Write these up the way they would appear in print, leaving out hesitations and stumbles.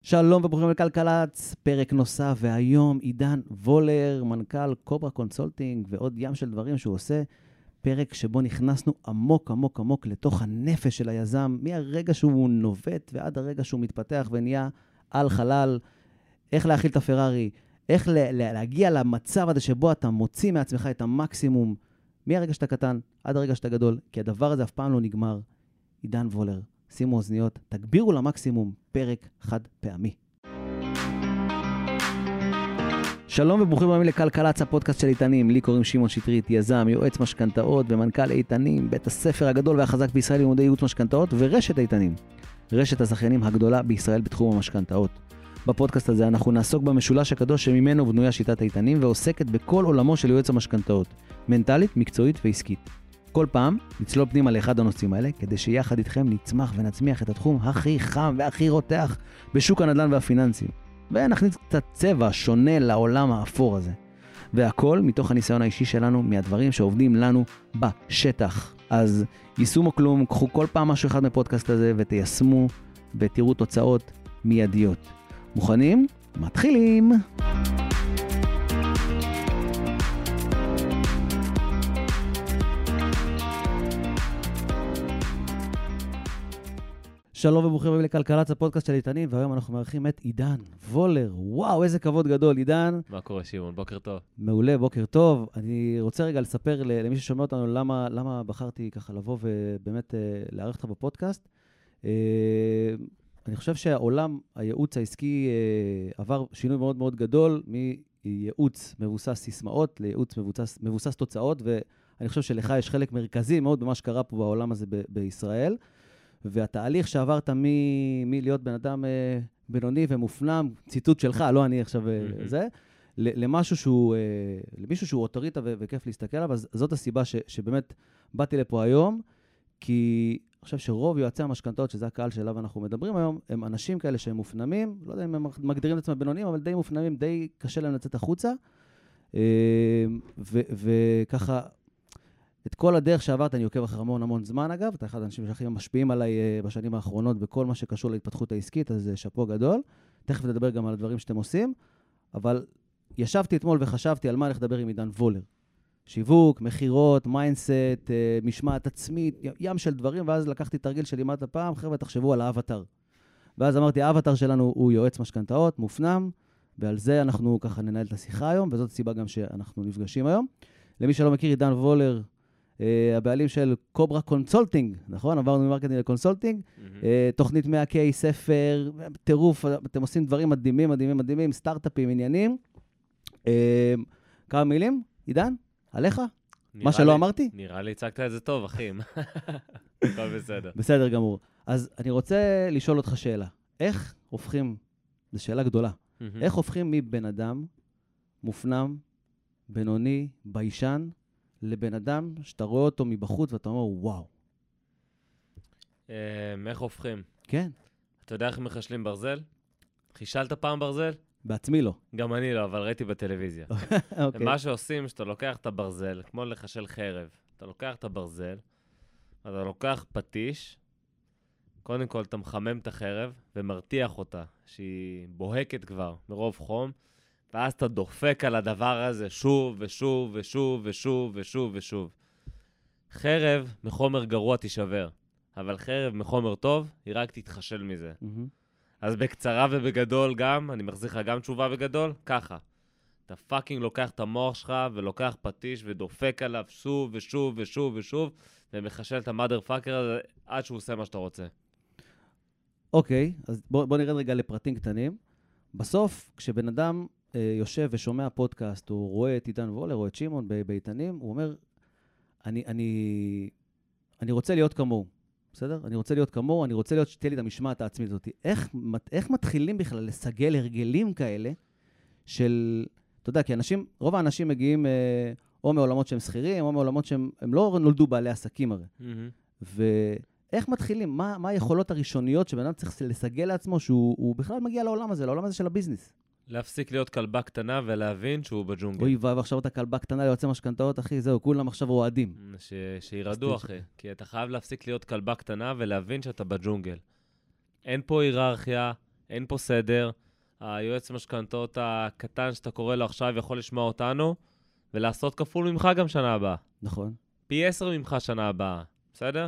שלום וברוכים לכלכלץ, פרק נוסף, והיום עידן וולר, מנכ"ל קוברה קונסולטינג ועוד ים של דברים שהוא עושה, פרק שבו נכנסנו עמוק עמוק עמוק לתוך הנפש של היזם, מהרגע שהוא נובט ועד הרגע שהוא מתפתח ונהיה על חלל, איך להכיל את הפרארי, איך להגיע למצב הזה שבו אתה מוציא מעצמך את המקסימום, מהרגע שאתה קטן עד הרגע שאתה גדול, כי הדבר הזה אף פעם לא נגמר. עידן וולר, שימו אוזניות, תגבירו למקסימום, פרק חד פעמי. שלום וברוכים הבאים לכלכלץ, הפודקאסט של איתנים. לי קוראים שמעון שטרית, יזם, יועץ משכנתאות ומנכ"ל איתנים, בית הספר הגדול והחזק בישראל ללימודי ייעוץ משכנתאות ורשת איתנים, רשת הזכיינים הגדולה בישראל בתחום המשכנתאות. בפודקאסט הזה אנחנו נעסוק במשולש הקדוש שממנו בנויה שיטת איתנים ועוסקת בכל עולמו של יועץ המשכנתאות, מנטלית, מקצועית ועסקית. כל פעם נצלול פנימה לאחד הנושאים האלה, כדי שיחד איתכם נצמח ונצמיח את התחום הכי חם והכי רותח בשוק הנדל"ן והפיננסים. ונכניס קצת צבע שונה לעולם האפור הזה. והכל מתוך הניסיון האישי שלנו, מהדברים שעובדים לנו בשטח. אז יישום או כלום, קחו כל פעם משהו אחד מפודקאסט הזה ותיישמו ותראו תוצאות מיידיות. מוכנים? מתחילים! שלום וברוכים הבאים לכלכלץ, הפודקאסט של איתנים, והיום אנחנו מארחים את עידן וולר. וואו, איזה כבוד גדול, עידן. מה קורה, שמעון? בוקר טוב. מעולה, בוקר טוב. אני רוצה רגע לספר למי ששומע אותנו למה בחרתי ככה לבוא ובאמת לארח אותך בפודקאסט. אני חושב שהעולם, הייעוץ העסקי עבר שינוי מאוד מאוד גדול מייעוץ מבוסס סיסמאות לייעוץ מבוסס תוצאות, ואני חושב שלך יש חלק מרכזי מאוד במה שקרה פה בעולם הזה בישראל. והתהליך שעברת מלהיות בן אדם בינוני ומופנם, ציטוט שלך, לא אני עכשיו זה, למישהו שהוא אוטוריטה וכיף להסתכל עליו, אז זאת הסיבה שבאמת באתי לפה היום, כי אני חושב שרוב יועצי המשכנתאות, שזה הקהל שאליו אנחנו מדברים היום, הם אנשים כאלה שהם מופנמים, לא יודע אם הם מגדירים את עצמם בינוניים, אבל די מופנמים, די קשה להם לצאת החוצה, וככה, את כל הדרך שעברת אני עוקב אחר המון זמן אגב, אתה אחד האנשים שהכי משפיעים עליי בשנים האחרונות בכל מה שקשור להתפתחות העסקית, אז שאפו גדול. תכף נדבר גם על הדברים שאתם עושים, אבל ישבתי אתמול וחשבתי על מה הולך לדבר עם עידן וולר. שיווק, מחירות, מיינדסט, משמעת עצמית, ים של דברים, ואז לקחתי תרגיל שלימדת הפעם, חבר'ה תחשבו על האבטר. ואז אמרתי, האבטר שלנו הוא יועץ משכנתאות, מופנם, ועל זה אנחנו ככה ננהל את השיחה היום, וזאת הסיבה גם שאנחנו נפגשים היום. למי שלא מכיר, עידן וולר, הבעלים של קוברה קונסולטינג, נכון? עברנו ממרקטינג לקונסולטינג, תוכנית 100K, ספר, טירוף, אתם עושים דברים מדהימים, סטארט-אפים, עניינים. כמה מילים, עידן? עליך? מה שלא אמרתי? נראה לי, הצגת את זה טוב, אחים. הכל בסדר. בסדר גמור. אז אני רוצה לשאול אותך שאלה. איך הופכים, זו שאלה גדולה, איך הופכים מבן אדם מופנם, בינוני, ביישן, לבן אדם שאתה רואה אותו מבחוץ ואתה אומר, וואו. איך הופכים? כן. אתה יודע איך מחשלים ברזל? חישלת פעם ברזל? בעצמי לא. גם אני לא, אבל ראיתי בטלוויזיה. אוקיי. מה שעושים, שאתה לוקח את הברזל, כמו לחשל חרב, אתה לוקח את הברזל, אתה לוקח פטיש, קודם כל אתה מחמם את החרב ומרתיח אותה, שהיא בוהקת כבר מרוב חום, ואז אתה דופק על הדבר הזה שוב ושוב ושוב ושוב ושוב ושוב. חרב מחומר גרוע תישבר, אבל חרב מחומר טוב, היא רק תתחשל מזה. אז בקצרה ובגדול גם, אני מחזיר לך גם תשובה בגדול, ככה. אתה פאקינג לוקח את המוח שלך ולוקח פטיש ודופק עליו שוב ושוב ושוב ושוב, ומחשל את המאדר פאקר הזה עד שהוא עושה מה שאתה רוצה. אוקיי, אז בוא נרד רגע לפרטים קטנים. בסוף, כשבן אדם יושב ושומע פודקאסט, הוא רואה את עידן וולר, רואה את שמעון באיתנים, הוא אומר, אני רוצה להיות כמוהו, בסדר? אני רוצה להיות כמוהו, אני רוצה להיות שתהיה לי את המשמעת העצמית הזאת. איך מתחילים בכלל לסגל הרגלים כאלה של, אתה יודע, כי רוב האנשים מגיעים או מעולמות שהם שכירים, או מעולמות שהם לא נולדו בעלי עסקים הרי. ואיך מתחילים? מה היכולות הראשוניות שבן אדם צריך לסגל לעצמו שהוא בכלל מגיע לעולם הזה של הביזנס? להפסיק להיות כלבה קטנה ולהבין שהוא בג'ונגל. אוי, ועכשיו אתה כלבה קטנה ליוצא משכנתאות, אחי, זהו, כולם עכשיו רועדים. שירדו, אחי. כי אתה חייב להפסיק להיות כלבה קטנה ולהבין שאתה בג'ונגל. אין פה היררכיה, אין פה סדר, היועץ משכנתאות הקטן שאתה קורא לו עכשיו יכול לשמוע אותנו, ולעשות כפול ממך גם שנה הבאה. נכון. פי 10 ממך שנה הבאה, בסדר?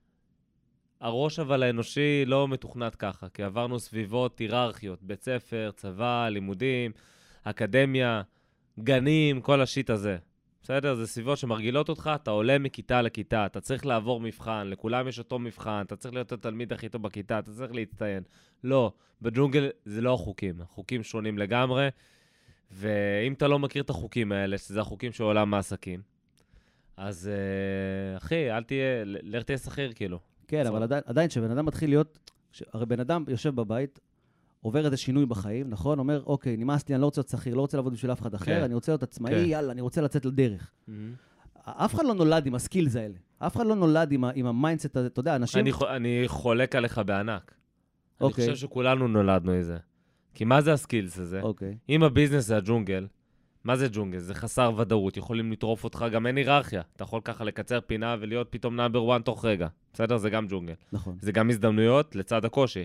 הראש אבל האנושי לא מתוכנת ככה, כי עברנו סביבות היררכיות, בית ספר, צבא, לימודים, אקדמיה, גנים, כל השיט הזה. בסדר? זה סביבות שמרגילות אותך, אתה עולה מכיתה לכיתה, אתה צריך לעבור מבחן, לכולם יש אותו מבחן, אתה צריך להיות התלמיד הכי טוב בכיתה, אתה צריך להצטיין. לא, בג'ונגל זה לא החוקים, החוקים שונים לגמרי, ואם אתה לא מכיר את החוקים האלה, שזה החוקים של עולם העסקים, אז אחי, אל תהיה, לך תהיה שכיר כאילו. כן, אבל עדיין שבן אדם מתחיל להיות, הרי בן אדם יושב בבית, עובר איזה שינוי בחיים, נכון? אומר, אוקיי, נמאס לי, אני לא רוצה להיות שכיר, לא רוצה לעבוד בשביל אף אחד אחר, אני רוצה להיות עצמאי, יאללה, אני רוצה לצאת לדרך. אף אחד לא נולד עם הסקילס האלה. אף אחד לא נולד עם המיינדסט הזה, אתה יודע, אנשים... אני חולק עליך בענק. אני חושב שכולנו נולדנו איזה. כי מה זה הסקילס הזה? אם הביזנס זה הג'ונגל, מה זה ג'ונגל? זה חסר ודאות, יכולים לטרוף אותך, גם אין היררכיה. אתה יכול ככה לקצר פינה ולהיות פתאום נאמבר 1 תוך רגע. בסדר? זה גם ג'ונגל. נכון. זה גם הזדמנויות לצד הקושי.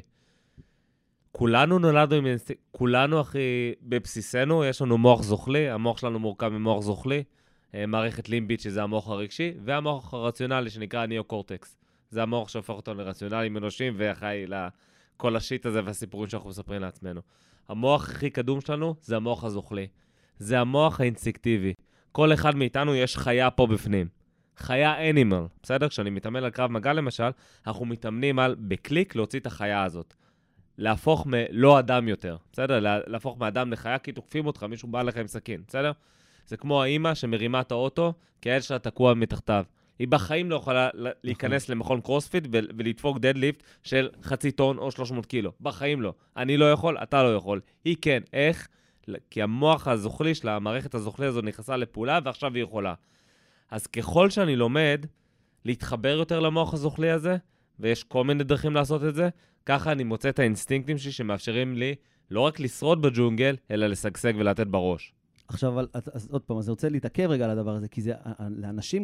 כולנו נולדנו עם כולנו הכי בבסיסנו, יש לנו מוח זוכלי, המוח שלנו מורכב ממוח זוכלי, מערכת לימבית שזה המוח הרגשי, והמוח הרציונלי שנקרא ניאו-קורטקס. זה המוח שהופך אותנו לרציונליים אנושיים, ואחראי לכל השיט הזה והסיפורים שאנחנו מספרים לעצמנו. המוח הכי קדום שלנו זה המוח הזוכלי. זה המוח האינסטינקטיבי. כל אחד מאיתנו יש חיה פה בפנים. חיה אנימל, בסדר? כשאני מתאמן על קרב מגע למשל, אנחנו מתאמנים על בקליק להוציא את החיה הזאת. להפוך מלא אדם יותר, בסדר? להפוך מאדם לחיה כי תוקפים אותך, מישהו בא לך עם סכין, בסדר? זה כמו האמא שמרימה את האוטו, כי הילד שלה תקוע מתחתיו. היא בחיים לא יכולה להיכנס למכון קרוספיט ולדפוק דדליפט של 0.5 טון או 300 קילו. בחיים לא. אני לא יכול, אתה לא יכול. היא כן. איך? כי המוח הזוכלי שלה, המערכת הזוכלי הזו נכנסה לפעולה ועכשיו היא יכולה. אז ככל שאני לומד להתחבר יותר למוח הזוכלי הזה, ויש כל מיני דרכים לעשות את זה, ככה אני מוצא את האינסטינקטים שלי שמאפשרים לי לא רק לשרוד בג'ונגל, אלא לשגשג ולתת בראש. עכשיו, אז עוד פעם, אז אני רוצה להתעכב רגע על הדבר הזה, כי זה, לאנשים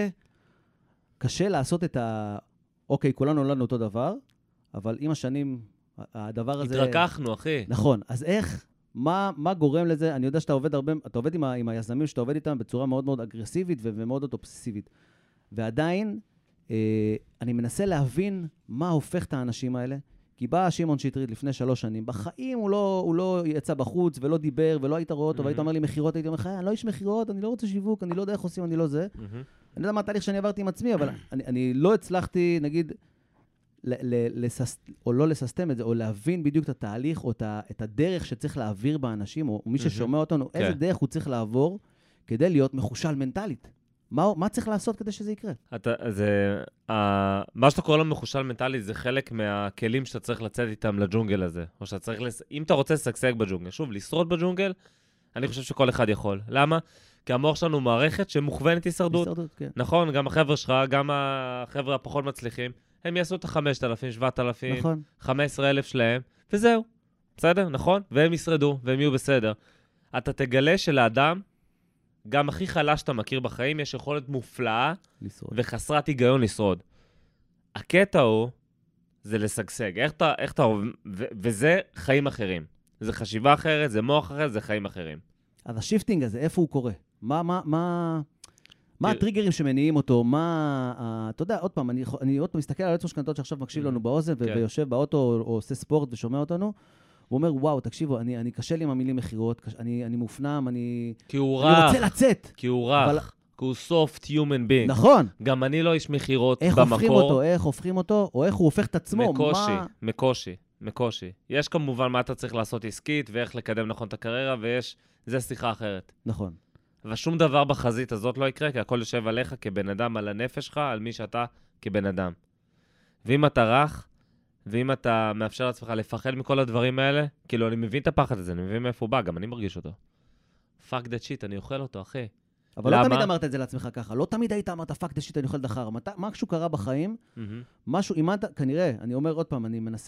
קשה לעשות את אוקיי, כולנו נולדנו אותו דבר, אבל עם השנים, הדבר הזה... התרככנו, אחי. נכון, אז איך, מה גורם לזה? אני יודע שאתה עובד הרבה, אתה עובד עם היזמים שאתה עובד איתם בצורה מאוד מאוד אגרסיבית ומאוד אובססיבית. ועדיין, אני מנסה להבין מה הופך את האנשים האלה, כי בא שמעון שטרית לפני 3 שנים, בחיים הוא לא יצא בחוץ ולא דיבר ולא היית רואה אותו, והיית אומר לי מחירות, הייתי אומר לך, אני לא איש מחירות, אני לא רוצה שיווק, אני לא יודע איך עושים, אני לא זה. אני יודע מה התהליך שאני עברתי עם עצמי, אבל אני לא הצלחתי, נגיד, או לא לססטם את זה, או להבין בדיוק את התהליך, או את הדרך שצריך להעביר באנשים, או מי ששומע אותנו, איזה דרך הוא צריך לעבור, כדי להיות מחושל מנטלית. מה צריך לעשות כדי שזה יקרה? מה שאתה קורא לו מחושל מנטלית, זה חלק מהכלים שאתה צריך לצאת איתם לג'ונגל הזה. או שאתה צריך, אם אתה רוצה לשגשג בג'ונגל, שוב, לשרוד בג'ונגל, אני חושב שכל אחד יכול. למה? כי המוח שלנו מערכת שמוכוונת הישרדות. כן. נכון, גם החבר'ה שלך, גם החבר'ה הפחות מצליחים, הם יעשו את ה-5,000, 7,000, נכון. 15,000 שלהם, וזהו. בסדר? נכון? והם ישרדו, והם יהיו בסדר. אתה תגלה שלאדם, גם הכי חלש שאתה מכיר בחיים, יש יכולת מופלאה וחסרת היגיון לשרוד. הקטע הוא, זה לשגשג. איך אתה וזה חיים אחרים. זה חשיבה אחרת, זה מוח אחר, זה חיים אחרים. אז השיפטינג הזה, איפה הוא קורה? מה הטריגרים שמניעים אותו? אתה יודע, עוד פעם, אני עוד פעם מסתכל על יועץ משכנתאות שעכשיו מקשיב לנו באוזן, ויושב באוטו או עושה ספורט ושומע אותנו, הוא אומר, וואו, תקשיבו, אני קשה לי עם המילים מחירות, אני מופנם, אני רוצה לצאת. כי הוא רך, כי הוא soft human being. נכון. גם אני לא איש מחירות במקור. איך הופכים אותו, או איך הוא הופך את עצמו. מקושי. יש כמובן מה אתה צריך לעשות עסקית, ואיך לקדם נכון את הקריירה, זה שיחה אחרת. נכון. ושום דבר בחזית הזאת לא יקרה, כי הכל יושב עליך כבן אדם, על הנפש שלך, על מי שאתה כבן אדם. ואם אתה רך, ואם אתה מאפשר לעצמך לפחד מכל הדברים האלה, כאילו אני מבין את הפחד הזה, אני מבין מאיפה הוא בא, גם אני מרגיש אותו. fuck that shit, אני אוכל אותו, אחי. אבל לא תמיד אמרת את זה לעצמך ככה, לא תמיד היית אמרת fuck that shit, אני אוכל דחר. משהו קרה בחיים, משהו, כנראה, אני אומר עוד פעם, אני מנסה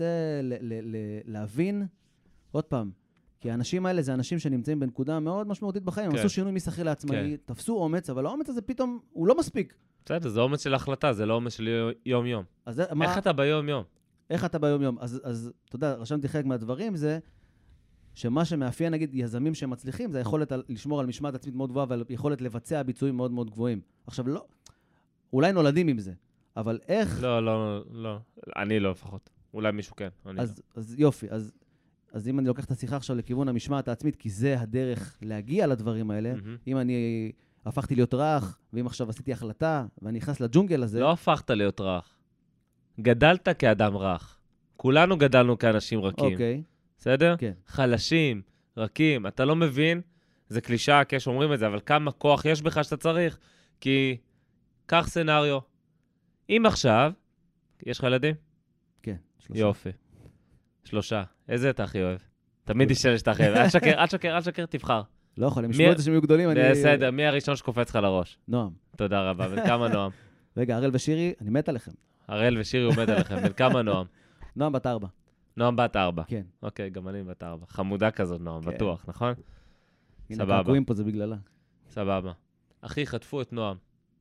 להבין, עוד פעם, כי האנשים האלה זה אנשים שנמצאים בנקודה מאוד משמעותית בחיים, הם עשו שינוי מסחרי לעצמאי, תפסו אומץ, אבל האומץ הזה פתאום, הוא לא מספיק. בסדר, זה אומץ של החלטה, זה לא אומץ של יום-יום. איך אתה ביום-יום? איך אתה ביום-יום? אז אתה יודע, רשמתי חלק מהדברים, זה שמה שמאפיין, נגיד, יזמים שמצליחים, זה היכולת לשמור על משמעת עצמית מאוד גבוהה, ועל יכולת לבצע ביצועים מאוד מאוד גבוהים. עכשיו, לא, אולי נולדים עם זה, אבל איך... לא. אני לא לפחות. אולי מישהו כן. אז יופי, אז אם אני לוקח את השיחה עכשיו לכיוון המשמעת העצמית, כי זה הדרך להגיע לדברים האלה, אם אני הפכתי להיות רך, ואם עכשיו עשיתי החלטה, ואני נכנס לג'ונגל הזה... לא הפכת להיות רך. גדלת כאדם רך. כולנו גדלנו כאנשים רכים. אוקיי. בסדר? כן. חלשים, רכים. אתה לא מבין, זה קלישה, כשאומרים אומרים את זה, אבל כמה כוח יש בך שאתה צריך? כי, קח סנריו. אם עכשיו, יש לך ילדים? כן, 3. יופי. 3. איזה אתה הכי אוהב? תמיד ישאר שאתה הכי אוהב. אל שקר, תבחר. לא יכול, הם ישמעו את זה שהם יהיו גדולים, אני... בסדר, מי הראשון שקופץ לך לראש? נועם. תודה רבה, בן כמה נועם? רגע, הראל ושירי, אני מת עליכם. הראל ושירי עומד עליכם, בן כמה נועם? נועם בת 4. נועם בת 4. כן. אוקיי, גם אני בת 4. חמודה כזאת, נועם, בטוח, נכון? הנה, הקעקועים פה זה בגללה. סבבה. אחי, חטפו את נועם.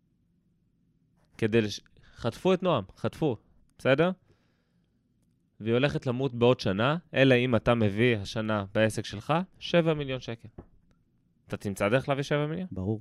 חטפו את נועם, חטפו, בסדר? והיא הולכת למות בעוד שנה, אלא אם אתה מביא השנה בעסק שלך 7 מיליון שקל. אתה תמצא דרך להביא 7 מיליון? ברור.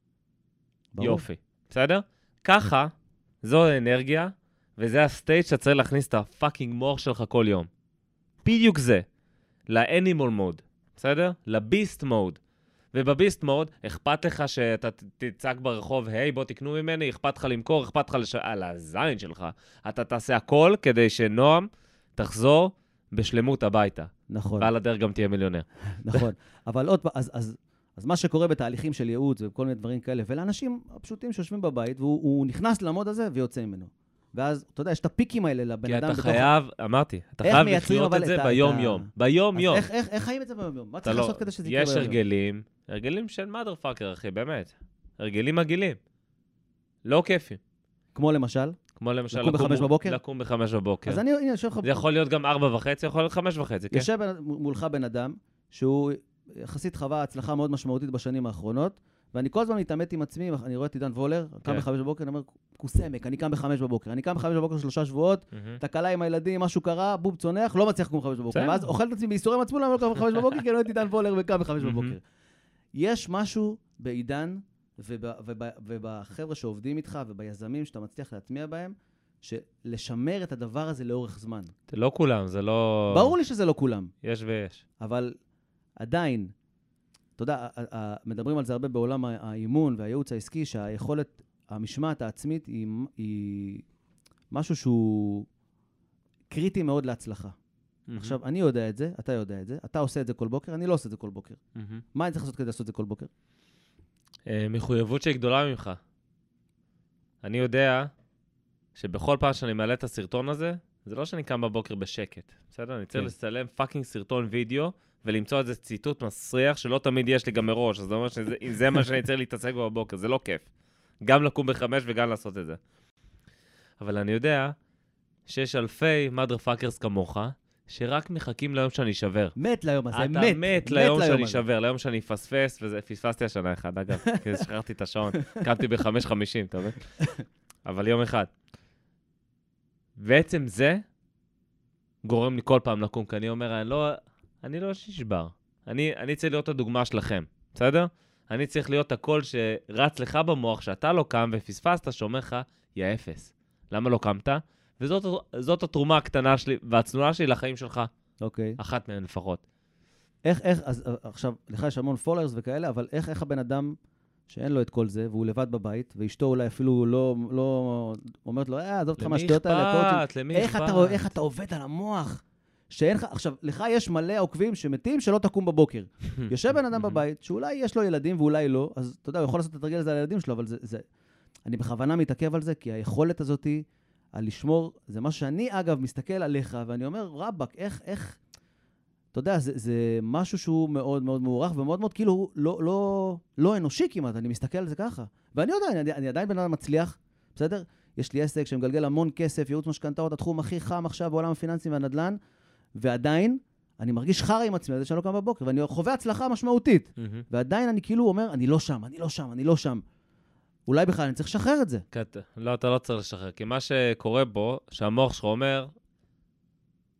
יופי, בסדר? ככה, זו האנרגיה, וזה הסטייט שאתה צריך להכניס את הפאקינג מוח שלך כל יום. בדיוק זה. לאנימול מוד, בסדר? לביסט מוד. ובביסט מוד, אכפת לך שאתה תצעק ברחוב, היי, בוא תקנו ממני, אכפת לך למכור, אכפת לך על הזין שלך. אתה תעשה הכל כדי שנועם תחזור בשלמות הביתה. נכון. ועל הדרך גם תהיה מיליונר. נכון. אבל עוד פעם, אז מה שקורה בתהליכים של ייעוץ וכל מיני דברים כאלה, ולאנשים הפשוטים שיושבים בבית, והוא נכנס למוד הזה ויוצא ממנו. ואז, אתה יודע, יש את הפיקים האלה לבן אדם. כי אתה חייב, אמרתי, אתה חייב לחיות את זה ביום-יום. ביום-יום. איך חיים את זה ביום-יום? מה צריך לעשות כדי שזה יקרה ביום-יום? יש הרגלים של מאדר-פאקר, אחי, באמת. הרגלים מגעילים. לא כיפים. כמו למשל? לקום ב-5 בבוקר? לקום ב-5 בבוקר. אז אני יושב לך... זה יכול להיות גם 4:30, יכול להיות 5:30, כן? יושב מולך בן אדם, שהוא יחסית חווה הצלחה מאוד משמעותית בשנים האחרונות, ואני כל הזמן מתעמת עם עצמי, אני רואה את עידן וולר, קם ב-5 בבוקר, אני אומר, קוסמק, אני קם ב-5 בבוקר. אני קם ב-5 בבוקר 3 שבועות, תקלה עם הילדים, משהו קרה, בוב צונח, לא מצליח לקום ב-5 בבוקר. ואז אוכל את עצמי בייסורים עצמו, למה לא קם ב-5 בבוקר, כי אני רואה את עידן וולר וקם ב-5 בבוקר. יש משהו בעידן ובחבר'ה שעובדים איתך וביזמים שאתה מצליח להטמיע בהם, שלשמר את הדבר הזה לאורך זמן. זה לא כולם, זה לא... ברור לי שזה לא כולם. יש ויש. אבל עדיין, אתה יודע, מדברים על זה הרבה בעולם האימון והייעוץ העסקי, שהיכולת, המשמעת העצמית היא משהו שהוא קריטי מאוד להצלחה. עכשיו, אני יודע את זה, אתה יודע את זה, אתה עושה את זה כל בוקר, אני לא עושה את זה כל בוקר. מה אני צריך לעשות כדי לעשות את זה כל בוקר? מחויבות שהיא גדולה ממך. אני יודע שבכל פעם שאני מעלה את הסרטון הזה, זה לא שאני קם בבוקר בשקט, בסדר? אני צריך לצלם פאקינג סרטון וידאו, ולמצוא איזה ציטוט מסריח שלא תמיד יש לי גם מראש, אז זה אומר שזה מה שאני צריך להתעסק בו בבוקר, זה לא כיף. גם לקום ב-5 וגם לעשות את זה. אבל אני יודע שיש אלפי motherfuckers כמוך, שרק מחכים ליום שאני אשבר. מת ליום הזה, מת. אתה מת ליום שאני אשבר, ליום שאני אפספס, וזה, פספסתי השנה אחד, אגב, כי שכחתי את השעון, קמתי ב-5:50, אתה מבין? אבל יום אחד. בעצם זה גורם לי כל פעם לקום, כי אני אומר, אני לא שישבר. אני צריך להיות הדוגמה שלכם, בסדר? אני צריך להיות הקול שרץ לך במוח, שאתה לא קם ופספסת, שאומר לך, יא אפס. למה לא קמת? וזאת התרומה הקטנה שלי, והצנועה שלי לחיים שלך. אוקיי. אחת מהן לפחות. איך, אז עכשיו, לך יש המון פולרס וכאלה, אבל איך הבן אדם שאין לו את כל זה, והוא לבד בבית, ואשתו אולי אפילו לא אומרת לו, עזוב אותך מהשטויות האלה, למי אכפת? איך אתה עובד על המוח? שאין לך, עכשיו, לך יש מלא עוקבים שמתים שלא תקום בבוקר. יושב בן אדם בבית, שאולי יש לו ילדים ואולי לא, אז אתה יודע, הוא יכול לעשות את התרגיל הזה על הילדים שלו, אבל אני בכוונה מתעכב על זה, כי היכולת הזאת היא, על לשמור, זה מה שאני, אגב, מסתכל עליך, ואני אומר, רבק, איך, אתה יודע, זה משהו שהוא מאוד מאוד מעורך, ומאוד מאוד כאילו לא אנושי כמעט, אני מסתכל על זה ככה. ואני יודע, אני עדיין בן אדם מצליח, בסדר? יש לי עסק שמגלגל המון כסף, ייעוץ משכנתאות, התחום הכי חם עכשיו בעולם הפיננסי והנדל"ן, ועדיין אני מרגיש חרא עם עצמי, זה שאני לא קם בבוקר, ואני חווה הצלחה משמעותית. ועדיין אני כאילו אומר, אני לא שם. אולי בכלל אני צריך לשחרר את זה. לא, אתה לא צריך לשחרר, כי מה שקורה בו, שהמוח שלך אומר,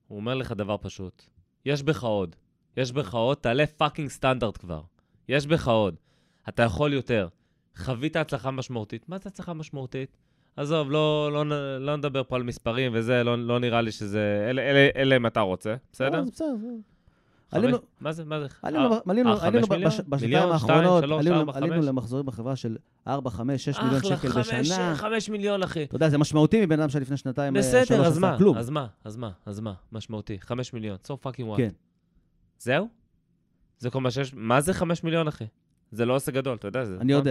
הוא אומר לך דבר פשוט. יש בך עוד. יש בך עוד, תעלה פאקינג סטנדרט כבר. יש בך עוד. אתה יכול יותר. חווית הצלחה משמעותית. מה זה הצלחה משמעותית? עזוב, לא נדבר פה על מספרים וזה, לא נראה לי שזה... אלה אם אתה רוצה, בסדר? זה בסדר. מה זה? עלינו בשנתיים האחרונות, עלינו למחזורים בחברה של 4, 5, 6 מיליון שקל בשנה. אחלה, 5 מיליון, אחי. אתה יודע, זה משמעותי מבן אדם שלפני שנתיים, בסדר, אז מה? משמעותי. 5 מיליון, so fucking what. כן. זהו? זה כל מה שיש? מה זה 5 מיליון, אחי? זה לא עושה גדול, אתה יודע.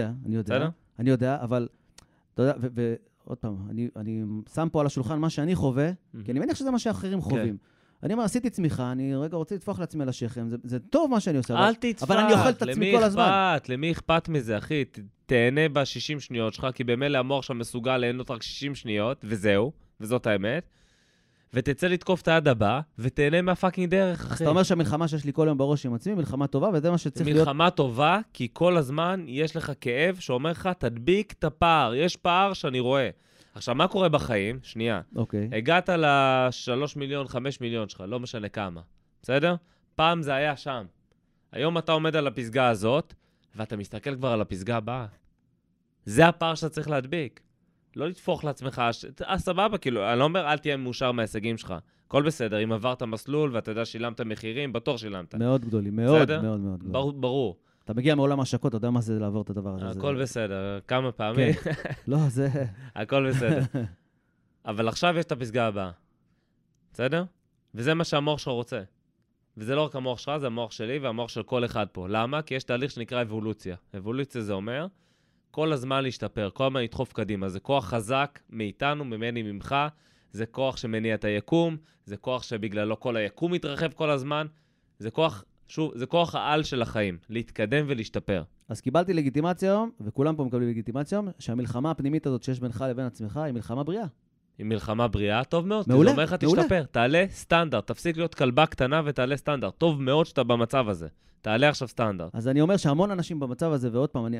אני יודע, אבל, אתה יודע, ועוד פעם, אני שם פה על השולחן מה שאני חווה, כי אני מניח שזה מה שאחרים חווים. אני אומר, עשיתי צמיחה, אני רגע רוצה לתפוח לעצמי על השכם, זה טוב מה שאני עושה, אל תתפח, אבל אני אוכל את עצמי כל הזמן. למי אכפת מזה, אחי? תהנה ב-60 שניות שלך, כי במילא המוח שם מסוגל ליהנות רק 60 שניות, וזהו, וזאת האמת, ותצא לתקוף את היד הבא, ותהנה מהפאקינג דרך, אחי. אז אתה אומר שהמלחמה שיש לי כל יום בראש עם עצמי, מלחמה טובה, וזה מה שצריך להיות... מלחמה טובה, כי כל הזמן יש לך כאב שאומר לך, תדביק את הפער, יש פער שאני רואה. עכשיו, מה קורה בחיים? שנייה. אוקיי. הגעת ל-3 מיליון, 5 מיליון שלך, לא משנה כמה. בסדר? פעם זה היה שם. היום אתה עומד על הפסגה הזאת, ואתה מסתכל כבר על הפסגה הבאה. זה הפער שאתה צריך להדביק. לא לתפוך לעצמך, סבבה, כאילו, אני לא אומר, אל תהיה מאושר מההישגים שלך. הכל בסדר, אם עברת מסלול, ואתה יודע, שילמת מחירים, בטוח שילמת. מאוד גדולים, מאוד מאוד. ברור. אתה מגיע מעולם ההשקות, אתה יודע מה זה לעבור את הדבר הזה. הכל בסדר, כמה פעמים. לא, זה... הכל בסדר. אבל עכשיו יש את הפסגה הבאה. בסדר? וזה מה שהמוח שלך רוצה. וזה לא רק המוח שלך, זה המוח שלי והמוח של כל אחד פה. למה? כי יש תהליך שנקרא אבולוציה. אבולוציה זה אומר, כל הזמן להשתפר, כל הזמן לדחוף קדימה. זה כוח חזק מאיתנו, ממני, ממך. זה כוח שמניע את היקום. זה כוח שבגללו כל היקום מתרחב כל הזמן. זה כוח... שוב, זה כוח העל של החיים, להתקדם ולהשתפר. אז קיבלתי לגיטימציה היום, וכולם פה מקבלים לגיטימציה היום, שהמלחמה הפנימית הזאת שיש בינך לבין עצמך היא מלחמה בריאה. היא מלחמה בריאה, טוב מאוד. מעולה, זה אומר לך תשתפר, תעלה סטנדרט, תפסיק להיות כלבה קטנה ותעלה סטנדרט. טוב מאוד שאתה במצב הזה, תעלה עכשיו סטנדרט. אז אני אומר שהמון אנשים במצב הזה, ועוד פעם,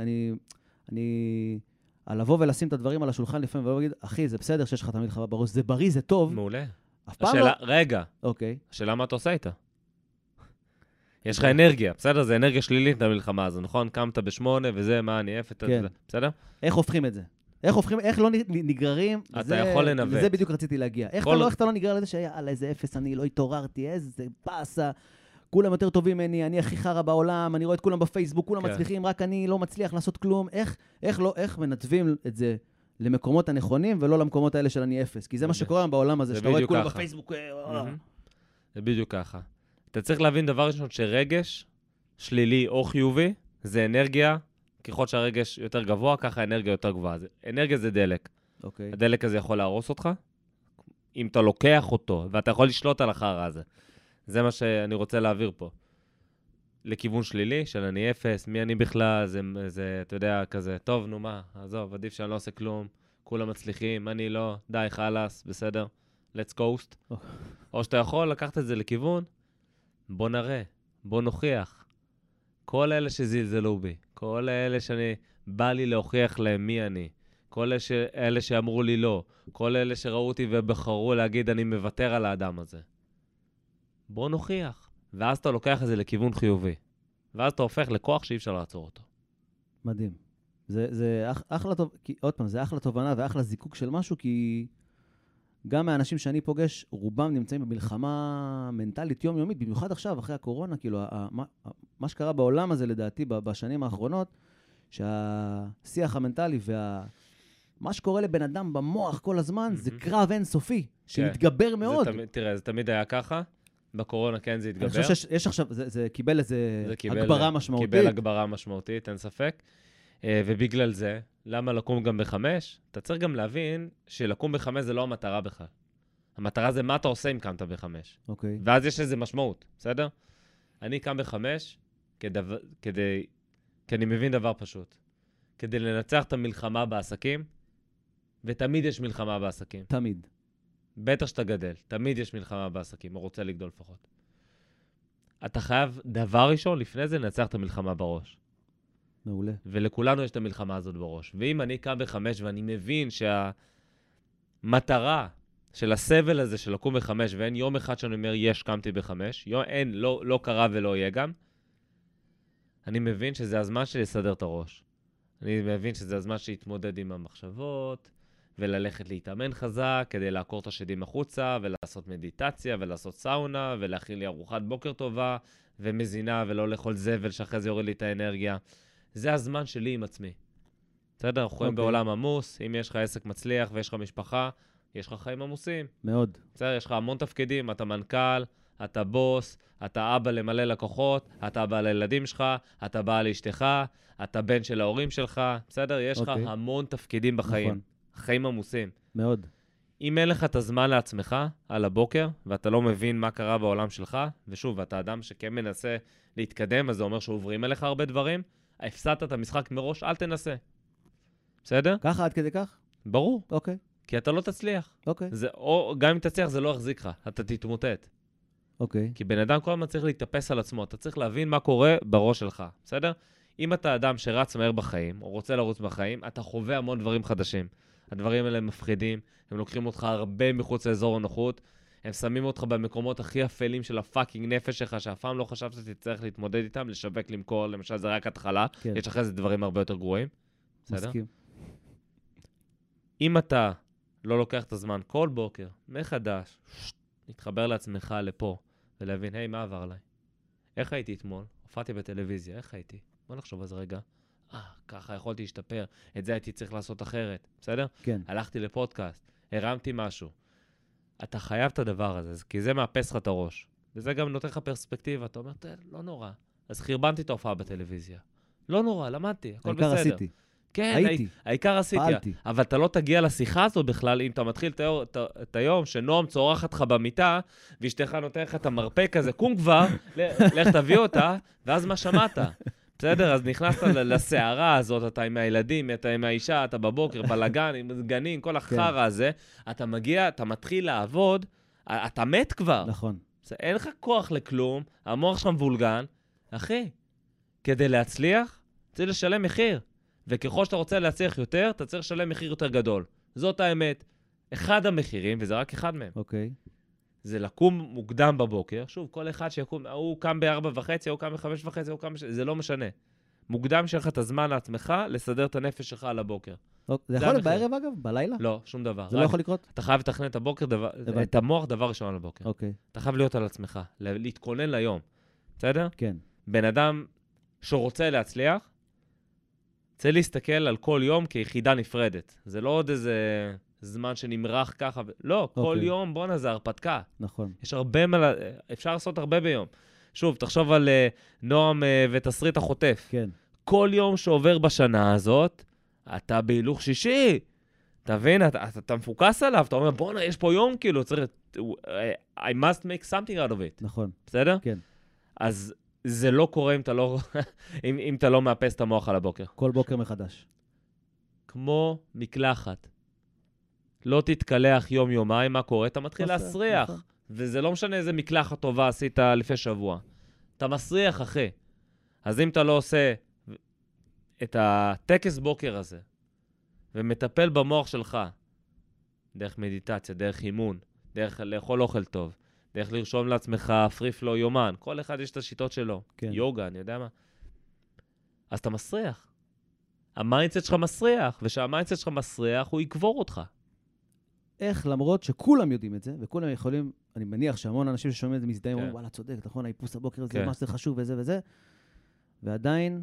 אני לבוא ולשים את הדברים על השולחן לפעמים, ולהגיד, אחי, זה בסדר שיש לך את המלחמה בראש, זה בריא, זה טוב. מעולה. אף פעם לא... רגע. אוקיי. השאלה מה אתה עושה איתה? יש לך אנרגיה, בסדר? זה אנרגיה שלילית את המלחמה הזו, נכון? קמת ב8 וזה, מה, אני אפת, כן. בסדר? איך הופכים את זה? איך לא נגררים? אתה יכול לנווט. לזה בדיוק רציתי להגיע. איך אתה לא נגרר לזה שהיה, איזה אפס, אני לא התעוררתי, איזה פסה, כולם יותר טובים ממני, אני הכי חרא בעולם, אני רואה את כולם בפייסבוק, כולם מצליחים, רק אני לא מצליח לעשות כלום. איך מנתבים את זה למקומות הנכונים ולא למקומות האלה של אני אפס? כי זה מה שקורה בעולם הזה, שאתה רואה את כולם בפייסבוק. זה בדיוק ככה. אתה צריך להבין דבר ראשון שרגש שלילי או חיובי זה אנרגיה, ככל שהרגש יותר גבוה, ככה האנרגיה יותר גבוהה. אנרגיה זה דלק. אוקיי. הדלק הזה יכול להרוס אותך, אם אתה לוקח אותו, ואתה יכול לשלוט על החרא הזה. זה מה שאני רוצה להעביר פה. לכיוון שלילי, של אני אפס, מי אני בכלל, זה אתה יודע, כזה, טוב, נו מה, עזוב, עדיף שאני לא עושה כלום, כולם מצליחים, אני לא, די, חלס, בסדר, let's coast. או שאתה יכול לקחת את זה לכיוון, בוא נראה, בוא נוכיח. כל אלה שזלזלו בי, כל אלה שאני, בא לי להוכיח להם מי אני, כל אלה שאמרו לי לא, כל אלה שראו אותי ובחרו להגיד אני מוותר על האדם הזה. בוא נוכיח. ואז אתה לוקח את זה לכיוון חיובי. ואז אתה הופך לכוח שאי אפשר לעצור אותו. מדהים. זה אחלה טוב, עוד פעם, זה אחלה תובנה ואחלה זיקוק של משהו, כי גם מהאנשים שאני פוגש, רובם נמצאים במלחמה מנטלית יומיומית, במיוחד עכשיו, אחרי הקורונה, כאילו, מה שקרה בעולם הזה, לדעתי, בשנים האחרונות, שהשיח המנטלי מה שקורה לבן אדם במוח כל הזמן, זה קרב אינסופי, שמתגבר מאוד. תראה, זה תמיד היה ככה. בקורונה כן זה התגבר. אני חושב שיש עכשיו, זה קיבל איזה הגברה משמעותית. קיבל הגברה משמעותית, אין ספק. ובגלל זה, למה לקום גם ב5? אתה צריך גם להבין שלקום ב5 זה לא המטרה בכלל. המטרה זה מה אתה עושה אם קמת ב5. אוקיי. ואז יש לזה משמעות, בסדר? אני קם ב5 כי אני מבין דבר פשוט. כדי לנצח את המלחמה בעסקים, ותמיד יש מלחמה בעסקים. תמיד. בטח שאתה גדל, תמיד יש מלחמה בעסקים, או רוצה לגדול לפחות. אתה חייב דבר ראשון, לפני זה לנצח את המלחמה בראש. מעולה. ולכולנו יש את המלחמה הזאת בראש. ואם אני קם ב5 ואני מבין שהמטרה של הסבל הזה של לקום ב5, ואין יום אחד שאני אומר, קמתי ב5, אין, לא קרה ולא יהיה גם, אני מבין שזה הזמן שלי לסדר את הראש. אני מבין שזה הזמן שלי להתמודד עם המחשבות, וללכת להתאמן חזק, כדי לעקור את השדים החוצה, ולעשות מדיטציה, ולעשות סאונה, ולהכין לי ארוחת בוקר טובה, ומזינה, ולא לאכול זבל, שאחרי זה יוריד לי את האנרגיה. זה הזמן שלי עם עצמי. בסדר? אנחנו חיים בעולם עמוס, אם יש לך עסק מצליח ויש לך משפחה, יש לך חיים עמוסים. מאוד. בסדר? יש לך המון תפקידים, אתה מנכ"ל, אתה בוס, אתה אבא למלא לקוחות, אתה אבא לילדים שלך, אתה בא לאשתך, אתה בן של ההורים שלך, בסדר? יש לך המון תפקידים בחיים. נכון. חיים עמוסים. מאוד. אם אין לך את הזמן לעצמך על הבוקר, ואתה לא מבין מה קרה בעולם שלך, ושוב, אתה אדם שכן מנסה להתקדם, אז זה אומר שעוברים אליך הרבה דברים, הפסדת את המשחק מראש, אל תנסה. בסדר? ככה עד כדי כך? ברור. אוקיי. כי אתה לא תצליח. אוקיי. או גם אם תצליח, זה לא יחזיק לך, אתה תתמוטט. אוקיי. כי בן אדם כל הזמן צריך להתאפס על עצמו, אתה צריך להבין מה קורה בראש שלך, בסדר? אם אתה אדם שרץ מהר בחיים, או רוצה לרוץ בחיים, אתה חווה המון דברים חדשים. הדברים האלה מפחידים, הם לוקחים אותך הרבה מחוץ לאזור הנוחות, הם שמים אותך במקומות הכי אפלים של הפאקינג נפש שלך, שאף פעם לא חשבת שתצטרך להתמודד איתם, לשווק, למכור, למשל זה רק התחלה, כן. יש אחרי זה דברים הרבה יותר גרועים. בסדר? מסכים. אם אתה לא לוקח את הזמן כל בוקר, מחדש, להתחבר לעצמך לפה, ולהבין, היי, מה עבר עליי? איך הייתי אתמול? הופעתי בטלוויזיה, איך הייתי? בוא נחשוב על זה רגע. ככה יכולתי להשתפר, את זה הייתי צריך לעשות אחרת, בסדר? כן. הלכתי לפודקאסט, הרמתי משהו. אתה חייב את הדבר הזה, כי זה מאפס לך את הראש. וזה גם נותן לך פרספקטיבה, אתה אומר, לא נורא. אז חרבנתי את ההופעה בטלוויזיה. לא נורא, למדתי, הכל בסדר. העיקר עשיתי. כן, העיקר עשיתי. פעלתי. אבל אתה לא תגיע לשיחה הזאת בכלל, אם אתה מתחיל את היום, שנועם צורחת לך במיטה, ואשתך נותן לך את המרפק הזה, קום כבר, לך תביא אותה, ואז מה שמעת? בסדר? אז נכנסת לסערה הזאת, אתה עם הילדים, אתה עם האישה, אתה בבוקר, בלגן, עם גנים, כל החרא הזה, אתה מגיע, אתה מתחיל לעבוד, אתה מת כבר. נכון. אין לך כוח לכלום, המוח שלך מבולגן. אחי, כדי להצליח, צריך לשלם מחיר. וככל שאתה רוצה להצליח יותר, אתה צריך לשלם מחיר יותר גדול. זאת האמת. אחד המחירים, וזה רק אחד מהם. אוקיי. זה לקום מוקדם בבוקר. שוב, כל אחד שיקום, הוא קם ב-4:30, הוא קם ב-5:30, הוא קם זה לא משנה. מוקדם שלך את הזמן לעצמך, לסדר את הנפש שלך על הבוקר. זה יכול להיות בערב אגב? בלילה? לא, שום דבר. זה לא יכול לקרות? אתה חייב לתכנן את הבוקר, את המוח דבר ראשון על הבוקר. אוקיי. אתה חייב להיות על עצמך, להתכונן ליום. בסדר? כן. בן אדם שרוצה להצליח, צריך להסתכל על כל יום כיחידה נפרדת. זה לא עוד איזה זמן שנמרח ככה. לא, כל יום, בוא נזה, הרפתקה. נכון. יש הרבה אפשר לעשות הרבה ביום. שוב, תחשוב על נועם ותסריט החוטף. כן. כל יום שעובר בשנה הזאת, אתה בהילוך שישי. אתה מבין? אתה מפוקס עליו, אתה אומר, בוא, יש פה יום כאילו, צריך... I must make something out of it. נכון. בסדר? כן. אז זה לא קורה אם אתה לא מאפס את המוח על הבוקר. כל בוקר מחדש. כמו מקלחת. לא תתקלח יום-יומיים, מה קורה? אתה מתחיל להסריח. נכון. וזה לא משנה איזה מקלחת טובה עשית לפני שבוע. אתה מסריח, אחי. אז אם אתה לא עושה את הטקס בוקר הזה, ומטפל במוח שלך, דרך מדיטציה, דרך אימון, דרך לאכול אוכל טוב, דרך לרשום לעצמך פרי פלו יומן, כל אחד יש את השיטות שלו, כן. יוגה, אני יודע מה. אז אתה מסריח. המיינדסט שלך מסריח, ושהמיינדסט שלך מסריח, הוא יקבור אותך. איך למרות שכולם יודעים את זה, וכולם יכולים, אני מניח שהמון אנשים ששומעים את זה מזדהים, אומרים, וואלה, צודק, נכון, האיפוס הבוקר הזה, מה שזה חשוב וזה וזה, ועדיין,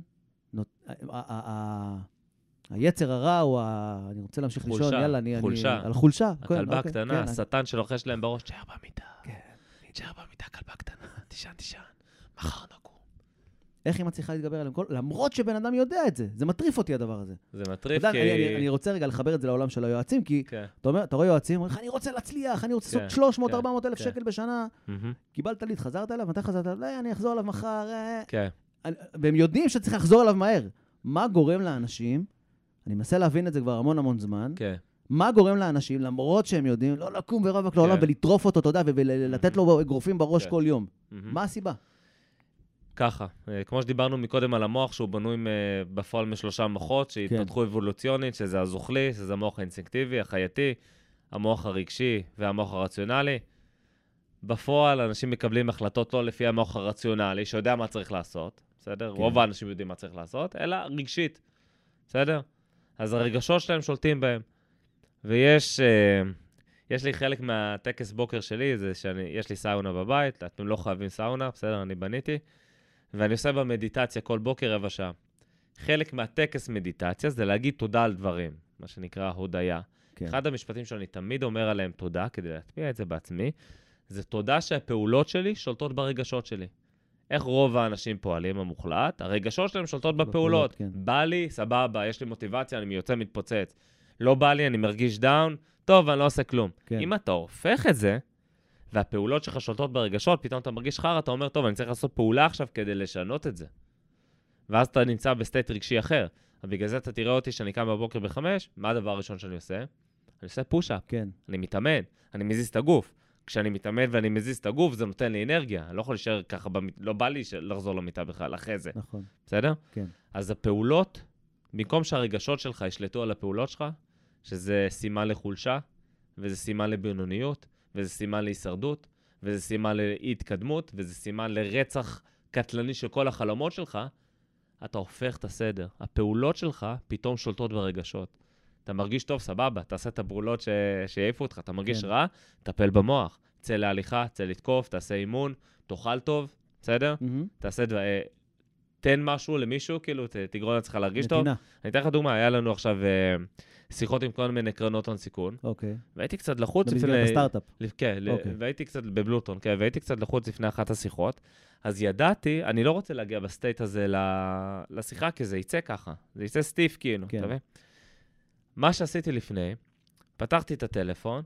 היצר הרע הוא, אני רוצה להמשיך לישון, יאללה, חולשה. על חולשה. הכלבה הקטנה, השטן שלוחש להם בראש, תשאר במיטה. תשאר במיטה, כלבה קטנה, תישן, מחר נקום. איך היא מצליחה להתגבר עליהם? למרות שבן אדם יודע את זה. זה מטריף אותי הדבר הזה. זה מטריף כי... אני רוצה רגע לחבר את זה לעולם של היועצים, כי אתה רואה יועצים, אומרים לך, אני רוצה להצליח, אני רוצה לעשות 300-400 אלף שקל בשנה. קיבלת לי, חזרת אליו, מתי חזרת אליו? לא, אני אחזור אליו מחר. והם יודעים שצריך לחזור אליו מהר. מה גורם לאנשים, אני מנסה להבין את זה כבר המון זמן, מה גורם לאנשים, למרות שהם יודעים, לא לקום ורבק לעולם ולטרוף אותו, אתה יודע, ולתת לו אגרופים בראש כל יום. מה הסיבה? ככה, כמו שדיברנו מקודם על המוח, שהוא בנוי בפועל מ3 מוחות, שהתפתחו אבולוציונית, שזה הזוכלי, שזה המוח האינסטינקטיבי, החייתי, המוח הרגשי והמוח הרציונלי. בפועל, אנשים מקבלים החלטות לא לפי המוח הרציונלי, שיודע מה צריך לעשות, בסדר? כן. רוב האנשים יודעים מה צריך לעשות, אלא רגשית, בסדר? אז הרגשות שלהם שולטים בהם. ויש יש לי חלק מהטקס בוקר שלי, זה שיש לי סאונה בבית, אתם לא חייבים סאונה, בסדר? אני בניתי, ואני עושה במדיטציה כל בוקר 15 שעה. חלק מהטקס מדיטציה זה להגיד תודה על דברים, מה שנקרא הודיה. כן. אחד המשפטים שאני תמיד אומר עליהם תודה, כדי להטמיע את זה בעצמי, זה תודה שהפעולות שלי שולטות ברגשות שלי. איך רוב האנשים פועלים המוחלט? הרגשות שלהם שולטות בפעולות. כן. בא לי, סבבה, יש לי מוטיבציה, אני יוצא מתפוצץ. לא בא לי, אני מרגיש דאון, טוב, אני לא עושה כלום. כן. אם אתה הופך את זה, והפעולות שלך שולטות ברגשות, פתאום אתה מרגיש חרא, אתה אומר, טוב, אני צריך לעשות פעולה עכשיו כדי לשנות את זה. ואז אתה נמצא בסטייט רגשי אחר. בגלל זה אתה תראה אותי שאני קם בבוקר ב5, מה הדבר הראשון שאני עושה? אני עושה פוש-אפ. כן. אני מתאמן, אני מזיז את הגוף. כשאני מתאמן ואני מזיז את הגוף, זה נותן לי אנרגיה. אני לא יכול להישאר ככה, לא בא לי לחזור למיטה בכלל, אחרי זה. נכון. בסדר? כן. אז הפעולות, במקום שהרגשות שלך ישלטו על הפעולות שלך, שזה סימן לחולשה, וזה סימן לבינוניות, וזה סימן להישרדות, וזה סימן להתקדמות, וזה סימן לרצח קטלני של כל החלומות שלך, אתה הופך את הסדר. הפעולות שלך פתאום שולטות ברגשות. אתה מרגיש טוב, סבבה, תעשה את הפעולות שיעיפו אותך, אתה מרגיש רע, תטפל במוח. צא להליכה, צא לתקוף, תעשה אימון, תאכל טוב, בסדר? תעשה תן משהו למישהו, כאילו, תגרום לעצמך להרגיש טוב. נתינה. אני אתן לך דוגמה, היה לנו עכשיו שיחות עם כל מיני קרנות הון סיכון, אוקיי. והייתי קצת לחוץ במסגרת הסטארט-אפ. כן, והייתי קצת בבלוטון, כן, והייתי קצת לחוץ לפני אחת השיחות, אז ידעתי, אני לא רוצה להגיע בסטייט הזה לשיחה, כי זה יצא ככה, זה יצא סטיף כאילו, אתה מבין? מה שעשיתי לפני, פתחתי את הטלפון,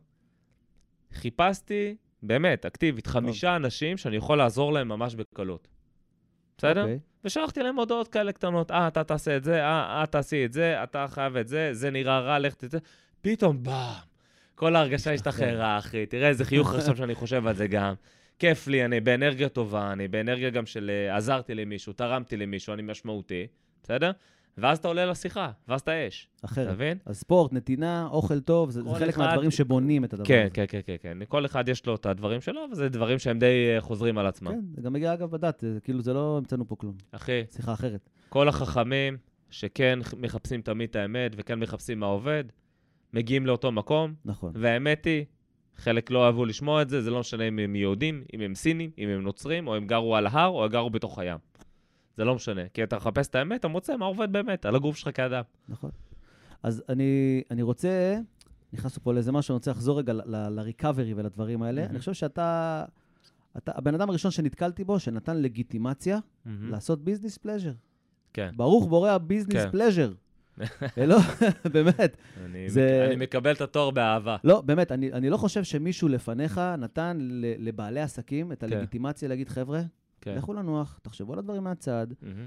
חיפשתי, באמת, אקטיבית, 5 אנשים שאני יכול לעזור להם ממש בקלות. בסדר? ושלחתי להם הודעות כאלה קטנות, אתה תעשה את זה, תעשי את זה, אתה חייב את זה, זה נראה רע, לכת את זה. פתאום, כל ההרגשה השתחררה, אחי. תראה איזה חיוך עכשיו שאני חושב על זה גם. כיף לי, אני באנרגיה טובה, אני באנרגיה גם של עזרתי למישהו, תרמתי למישהו, אני משמעותי, בסדר? ואז אתה עולה לשיחה, ואז אתה אש. אחרת. אתה מבין? אז ספורט, נתינה, אוכל טוב, זה חלק מהדברים שבונים את הדבר הזה. כן, כן, כן, כן. כל אחד יש לו את הדברים שלו, וזה דברים שהם די חוזרים על עצמם. כן, זה גם מגיע אגב בדת, כאילו זה לא המצאנו פה כלום. אחי, שיחה אחרת. כל החכמים שכן מחפשים תמיד את האמת, וכן מחפשים מה עובד, מגיעים לאותו מקום. נכון. והאמת היא, חלק לא אהבו לשמוע את זה, זה לא משנה אם הם יהודים, אם הם סינים, אם הם נוצרים, או הם גרו על ההר, או הם גרו בתוך הים. זה לא משנה, כי אתה מחפש את האמת, אתה מוצא מה עובד באמת, על הגוף שלך כאדם. נכון. אז אני רוצה, נכנסנו פה לאיזה משהו, אני רוצה לחזור רגע לריקאברי ולדברים האלה. אני חושב שאתה הבן אדם הראשון שנתקלתי בו, שנתן לגיטימציה לעשות ביזנס פלז'ר. כן. ברוך בורא ביזנס פלז'ר. לא, באמת. אני מקבל את התור באהבה. לא, באמת, אני לא חושב שמישהו לפניך נתן לבעלי עסקים את הלגיטימציה להגיד, חבר'ה, לכו לנוח, תחשבו על הדברים מהצד,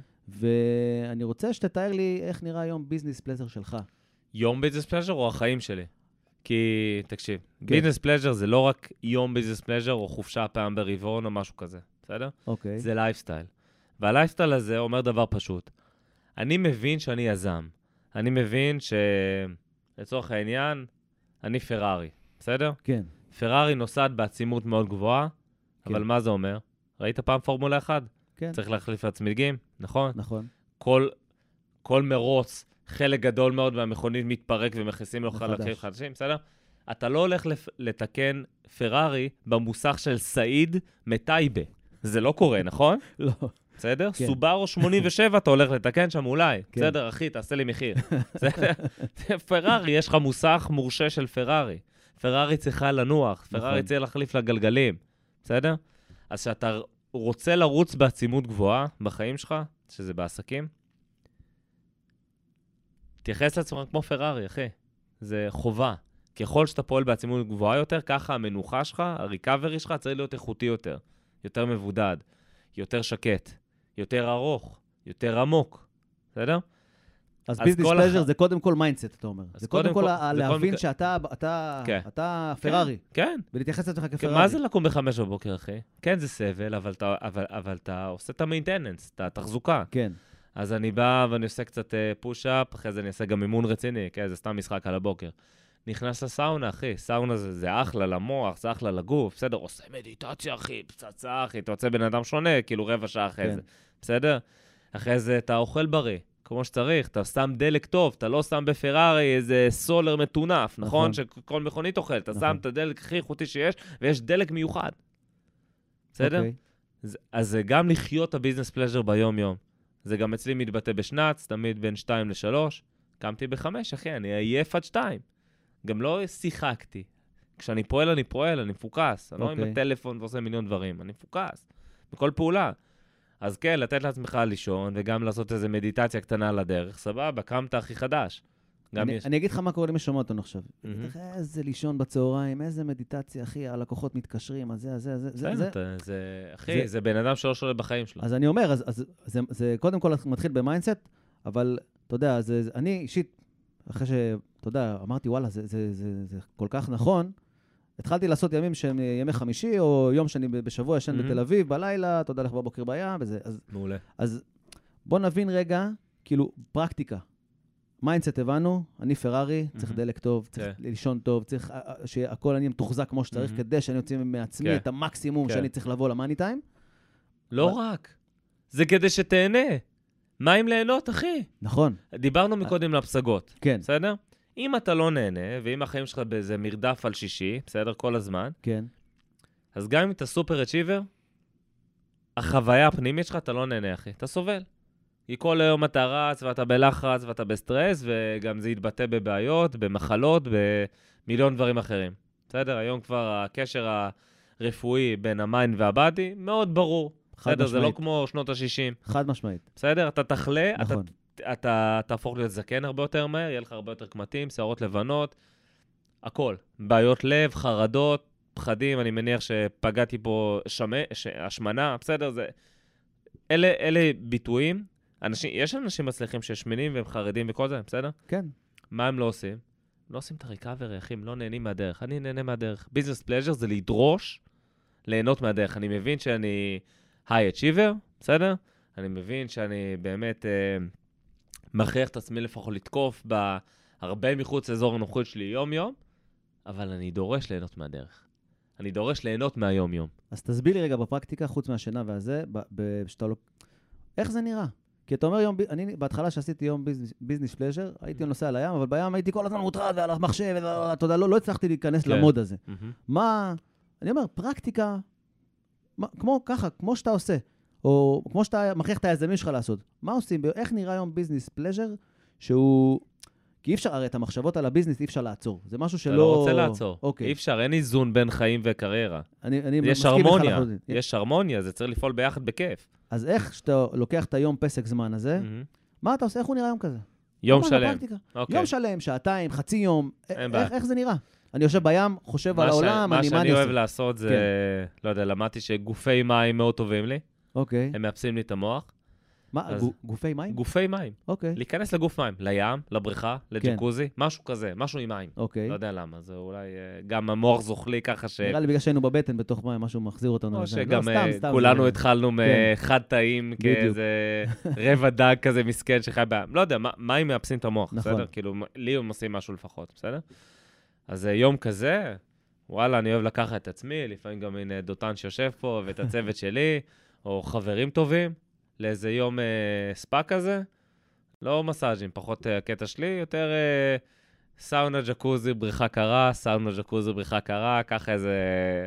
ואני רוצה שתתאר לי איך נראה יום ביזנס פלז'ר שלך. יום ביזנס פלז'ר או החיים שלי? כי, תקשיב, ביזנס פלז'ר זה לא רק יום ביזנס פלז'ר או חופשה פעם ברבעון או משהו כזה, בסדר? אוקיי. זה לייפסטייל. והלייפסטייל הזה אומר דבר פשוט. אני מבין שאני יזם. אני מבין שלצורך העניין, אני פרארי, בסדר? כן. פרארי נוסד בעצימות מאוד גבוהה, אבל מה זה אומר? ראית פעם פורמולה 1? כן. צריך להחליף הצמיגים, נכון? נכון. כל מרוץ, חלק גדול מאוד מהמכונית מתפרק ומכניסים לו חלקים חדשים, בסדר? אתה לא הולך לתקן פרארי במוסך של סעיד מטייבה. זה לא קורה, נכון? לא. בסדר? סובארו 87 אתה הולך לתקן שם אולי. בסדר, אחי, תעשה לי מחיר. בסדר? פרארי, יש לך מוסך מורשה של פרארי. פרארי צריכה לנוח, פרארי צריך להחליף לגלגלים. בסדר? אז שאתה רוצה לרוץ בעצימות גבוהה בחיים שלך, שזה בעסקים, תייחס לעצמך כמו פרארי, אחי. זה חובה. ככל שאתה פועל בעצימות גבוהה יותר, ככה המנוחה שלך, הריקאברי שלך, צריך להיות איכותי יותר. יותר מבודד, יותר שקט, יותר ארוך, יותר עמוק. בסדר? אז ביזנס פלז'ר זה קודם כל מיינדסט, אתה אומר. זה קודם כל להבין שאתה פרארי. כן. ולהתייחס לעצמך כפרארי. מה זה לקום ב5 בבוקר, אחי? כן, זה סבל, אבל אתה עושה את המיינטננס, את התחזוקה. כן. אז אני בא ואני עושה קצת פוש-אפ, אחרי זה אני אעשה גם אימון רציני, כן, זה סתם משחק על הבוקר. נכנס לסאונה, אחי. סאונה זה אחלה למוח, זה אחלה לגוף, בסדר? עושה מדיטציה, אחי, פצצה, אחי. אתה יוצא בן אדם שונה, כאילו רבע שעה אחרי כן. זה, בסדר? אחרי זה אתה אוכל בריא, כמו שצריך, אתה שם דלק טוב, אתה לא שם בפרארי איזה סולר מטונף, נכון? שכל מכונית אוכל, אתה שם את הדלק הכי איכותי שיש, ויש דלק מיוחד, בסדר? אוקיי. אז זה גם לחיות את הביזנס פלז'ר ביום-יום. זה גם אצלי מתבטא בשנץ, תמיד בין 2 ל-3. קמתי ב-5, אחי, אני עייף עד 2. גם לא שיחקתי. כשאני פועל, אני מפוקס. אני לא עם הטלפון ועושה מיליון דברים, אני מפוקס. בכל פעולה. אז כן, לתת לעצמך לישון, וגם לעשות איזו מדיטציה קטנה על הדרך, סבבה, קמת הכי חדש. אני אגיד לך מה קורה לי משומע אותנו עכשיו. איזה לישון בצהריים, איזה מדיטציה, אחי, הלקוחות מתקשרים, אז זה. אחי, זה בן אדם שלא שולט בחיים שלו. אז אני אומר, זה קודם כל מתחיל במיינדסט, אבל אתה יודע, אני אישית, אחרי שאתה יודע, אמרתי, וואלה, זה כל כך נכון, התחלתי לעשות ימים שהם ימי חמישי, או יום שאני בשבוע ישן בתל אביב, בלילה, אתה יודע, לך בבוקר בים, וזה. מעולה. אז בוא נבין רגע, כאילו, פרקטיקה. מיינדסט הבנו, אני פרארי, צריך דלק טוב, צריך לישון טוב, צריך שהכל אני מתוחזק כמו שצריך, כדי שאני יוצא מעצמי את המקסימום שאני צריך לבוא למאני טיים. לא רק. זה כדי שתהנה. מה אם ליהנות, אחי? נכון. דיברנו מקודם לפסגות. כן. בסדר? אם אתה לא נהנה, ואם החיים שלך באיזה מרדף על שישי, בסדר? כל הזמן. כן. אז גם אם אתה סופר אצ'יבר, החוויה הפנימית שלך, אתה לא נהנה, אחי. אתה סובל. כי כל היום אתה רץ, ואתה בלחץ, ואתה בסטרס, וגם זה יתבטא בבעיות, במחלות, במיליון דברים אחרים. בסדר? היום כבר הקשר הרפואי בין המיינד והבאדי מאוד ברור. בסדר? זה לא כמו שנות ה-60. חד משמעית. בסדר? אתה תחלה, נכון. אתה תהפוך להיות זקן הרבה יותר מהר, יהיה לך הרבה יותר קמטים, שערות לבנות, הכל. בעיות לב, חרדות, פחדים, אני מניח שפגעתי פה השמנה, בסדר? אלה ביטויים. יש אנשים מצליחים ששמנים והם חרדים וכל זה, בסדר? כן. מה הם לא עושים? לא עושים את הריקאברי, אחי, הם לא נהנים מהדרך. אני נהנה מהדרך. ביזנס פלז'ר זה לדרוש, ליהנות מהדרך. אני מבין שאני היי אצ'יבר, בסדר? אני מבין שאני באמת מכריח את עצמי לפחות לתקוף בהרבה מחוץ לאזור הנוחות שלי יום-יום, אבל אני דורש ליהנות מהדרך. אני דורש ליהנות מהיום-יום. אז תסביר לי רגע בפרקטיקה, חוץ מהשינה והזה, איך זה נראה? כי אתה אומר, אני בהתחלה שעשיתי יום ביזנס פלז'ר, הייתי נוסע על הים, אבל בים הייתי כל הזמן מוטרד ועל המחשב, אתה יודע, לא הצלחתי להיכנס למוד הזה. מה, אני אומר, פרקטיקה, כמו ככה, כמו שאתה עושה, או כמו שאתה מכריח את היזמים שלך לעשות. מה עושים? איך נראה יום ביזנס פלז'ר שהוא... כי אי אפשר, הרי את המחשבות על הביזנס אי אפשר לעצור. זה משהו שלא... אתה לא רוצה לעצור. אוקיי. אי אפשר, אין איזון בין חיים וקריירה. יש הרמוניה, יש הרמוניה, זה צריך לפעול ביחד בכיף. אז איך שאתה לוקח את היום פסק זמן הזה, מה אתה עושה? איך הוא נראה יום כזה? יום שלם. יום שלם, שעתיים, חצי יום, איך זה נראה? אני יושב בים, חושב על העולם, מה שאני אוהב לעשות זה, לא יודע, למדתי שגופי מים מאוד טובים לי. אוקיי. הם מאפסים לי את המוח. מה, גופי מים? גופי מים. אוקיי. להיכנס לגוף מים, לים, לבריכה, לג'קוזי, משהו כזה, משהו עם מים. אוקיי. לא יודע למה, זה אולי גם המוח זוכלי ככה ש... נראה לי בגלל שהיינו בבטן בתוך מים, משהו מחזיר אותנו. או שגם כולנו התחלנו מחד טעים, כאיזה רבע דג כזה מסכן שחי בים. לא יודע, מים מאפסים את המוח, בסדר? כאילו, לי הם עושים משהו לפחות, בסדר? אז יום כזה, וואלה, אני אוהב לקחת את עצמי, לפעמים גם הנה דותן שיושב פה, ואת הצוות שלי, או חברים טובים, לאיזה יום ספא כזה. לא מסאז'ים, פחות הקטע שלי, יותר סאונה, ג'קוזי, בריכה קרה, סאונה, ג'קוזי, בריכה קרה, ככה איזה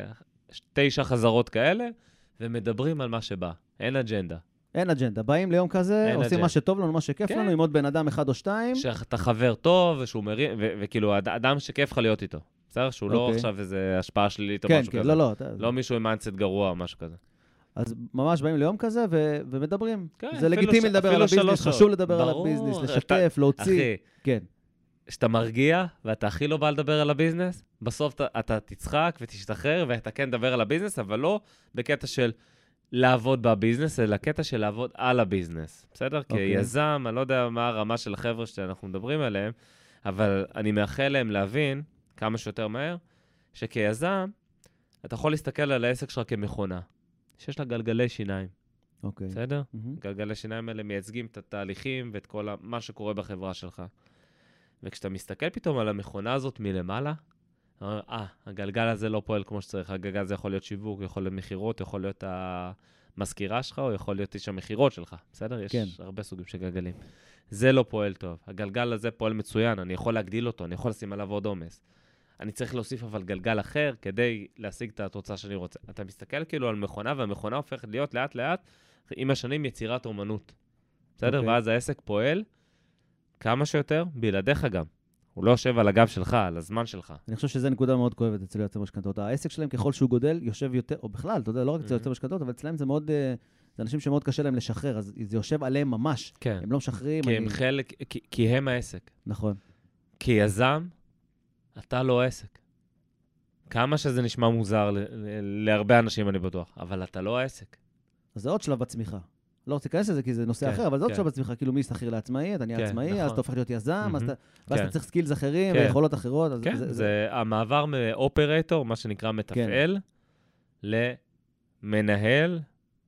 9 חזרות כאלה, ומדברים על מה שבא. אין אג'נדה. אין אג'נדה. באים ליום כזה, עושים מה שטוב לנו, מה שכיף לנו, עם עוד בן אדם אחד או שתיים. שאתה חבר טוב, ושהוא מרים, וכאילו, אדם שכיף לך להיות איתו. בסדר? שהוא לא עכשיו איזה השפעה שלילית או משהו כזה. לא מישהו עם מיינדסט גרוע או משהו כזה. אז ממש באים ליום כזה ומדברים. זה לגיטימי לדבר על הביזנס, חשוב לדבר על הביזנס, לשתף, להוציא. אחי, כן. כשאתה מרגיע ואתה הכי לא בא לדבר על הביזנס, בסוף אתה תצחק ותשתחרר ואתה כן מדבר על הביזנס, אבל לא בקטע של לעבוד בביזנס, אלא קטע של לעבוד על הביזנס. בסדר? כיזם, אני לא יודע מה הרמה של החבר'ה שאנחנו מדברים עליהם, אבל אני מאחל להם להבין כמה שיותר מהר, שכיזם, אתה יכול להסתכל על העסק שלך כמכונה. שיש לה גלגלי שיניים. אוקיי. בסדר? גלגלי שיניים האלה מייצגים את התהליכים ואת כל מה שקורה בחברה שלך. וכשאתה מסתכל פתאום על המכונה הזאת מלמעלה, הגלגל הזה לא פועל כמו שצריך, הגלגל הזה יכול להיות שיווק, יכול להיות מחירות, יכול להיות המזכירה שלך, או יכול להיות איש המחירות שלך, בסדר? יש הרבה סוגים של גלגלים. זה לא פועל טוב. הגלגל הזה פועל מצוין, אני יכול להגדיל אותו, אני יכול לשים עליו עוד עומס. אני צריך להוסיף אבל גלגל אחר כדי להשיג את התוצאה שאני רוצה. אתה מסתכל כאילו על מכונה, והמכונה הופכת להיות לאט לאט, עם השנים יצירת אומנות. בסדר? ואז העסק פועל כמה שיותר, בלעדיך גם. הוא לא יושב על הגב שלך, על הזמן שלך. אני חושב שזו נקודה מאוד כואבת אצל יועצי משכנתאות. העסק שלהם ככל שהוא גודל, יושב יותר, או בכלל, אתה יודע, לא רק אצל יועצי משכנתאות, אבל אצלם זה מאוד, זה אנשים שמאוד קשה להם לשחרר, אז זה יושב עליהם ממש. כן. הם לא משחררים. כי הם חלק, כי הם העסק. נכון. כיזם, אתה לא העסק. כמה שזה נשמע מוזר להרבה אנשים, אני בטוח, אבל אתה לא העסק. אז זה עוד שלב בצמיחה. לא רוצה להיכנס לזה כי זה נושא אחר, אבל זה עוד שלב בצמיחה, כאילו מי שכיר לעצמאי, אתה נהיה עצמאי, אז אתה הופך להיות יזם, ואז אתה צריך סקילס אחרים ויכולות אחרות. כן, זה המעבר מאופרטור, מה שנקרא מתפעל, למנהל,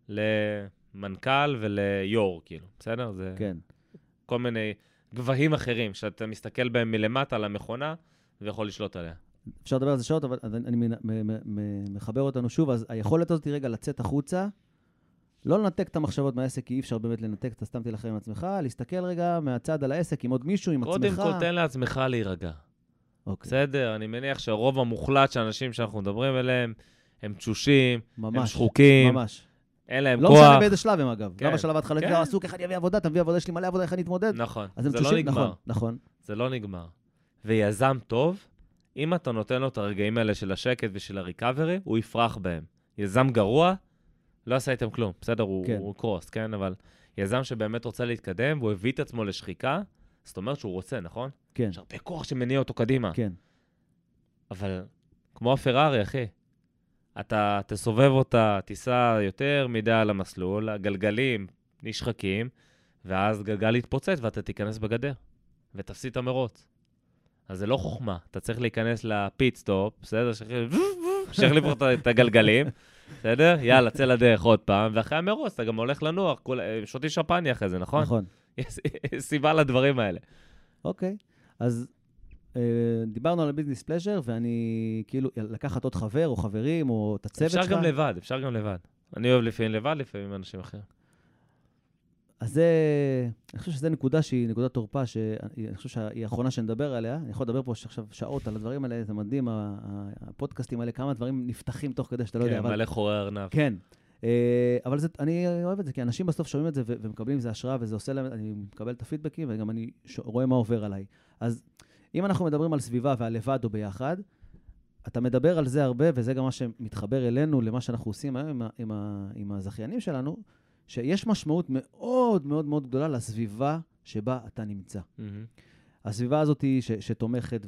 למנכ"ל וליור, כאילו, בסדר? זה כל מיני גבהים אחרים, שאתה מסתכל בהם מלמטה על המכונה, ויכול לשלוט עליה. אפשר לדבר על זה שעות, אבל אני מחבר אותנו שוב, אז היכולת הזאת היא רגע לצאת החוצה, לא לנתק את המחשבות מהעסק, כי אי אפשר באמת לנתק, אתה סתם תלך עם עצמך, להסתכל רגע מהצד על העסק עם עוד מישהו, עם עצמך. קודם כל תן לעצמך להירגע. בסדר, אני מניח שהרוב המוחלט של האנשים שאנחנו מדברים אליהם, הם תשושים, הם שחוקים, אין להם כוח. לא משנה באיזה שלב הם אגב. גם בשלב ההתחלתי, עסוק, איך אני אביא עבודה, אתה מביא עבודה, יש לי מלא עבודה, איך אני אתמודד. נכון, זה לא נגמר. נכון. זה לא נגמר. ויזם טוב, אם אתה נותן לו את הרגעים האלה של השקט ושל הריקאברי, הוא יפרח בהם. יזם גרוע, לא עשה איתם כלום, בסדר, הוא קרוס, כן? אבל יזם שבאמת רוצה להתקדם, והוא הביא את עצמו לשחיקה, זאת אומרת שהוא רוצה, נכון? כן. יש הרבה כוח שמניע אותו קדימה. כן. אבל כמו הפרארי, אחי, אתה תסובב אותה, תיסע יותר מדי על המסלול, הגלגלים נשחקים, ואז גלגל יתפוצץ ואתה תיכנס בגדר, ותפסיד את המרוץ. אז זה לא חוכמה, אתה צריך להיכנס לפיט סטופ, בסדר? שחליף את הגלגלים, בסדר? יאללה, צא לדרך עוד פעם, ואחרי המרוץ אתה גם הולך לנוח, שותי שפני אחרי זה, נכון? נכון. יש סיבה לדברים האלה. אוקיי, אז דיברנו על הביזנס פלז'ר, ואני כאילו לקחת עוד חבר או חברים או את הצוות שלך. אפשר גם לבד. אני אוהב לפעמים לבד, לפעמים אנשים אחרים. אז אני חושב שזו נקודה שהיא נקודת תורפה, שאני חושב שהיא האחרונה שנדבר עליה. אני יכול לדבר פה עכשיו שעות על הדברים האלה, זה מדהים, הפודקאסטים האלה, כמה דברים נפתחים תוך כדי שאתה לא יודע. כן, מלא חורי ארנב. כן, אבל אני אוהב את זה, כי אנשים בסוף שומעים את זה ומקבלים איזה השראה, וזה עושה להם, אני מקבל את הפידבקים, וגם אני רואה מה עובר עליי. אז אם אנחנו מדברים על סביבה ועל לבד או ביחד, אתה מדבר על זה הרבה, וזה גם מה שמתחבר אלינו, למה שאנחנו עושים היום עם הזכיינים שלנו, שיש משמעות מאוד מאוד מאוד גדולה לסביבה שבה אתה נמצא. הסביבה הזאת היא שתומכת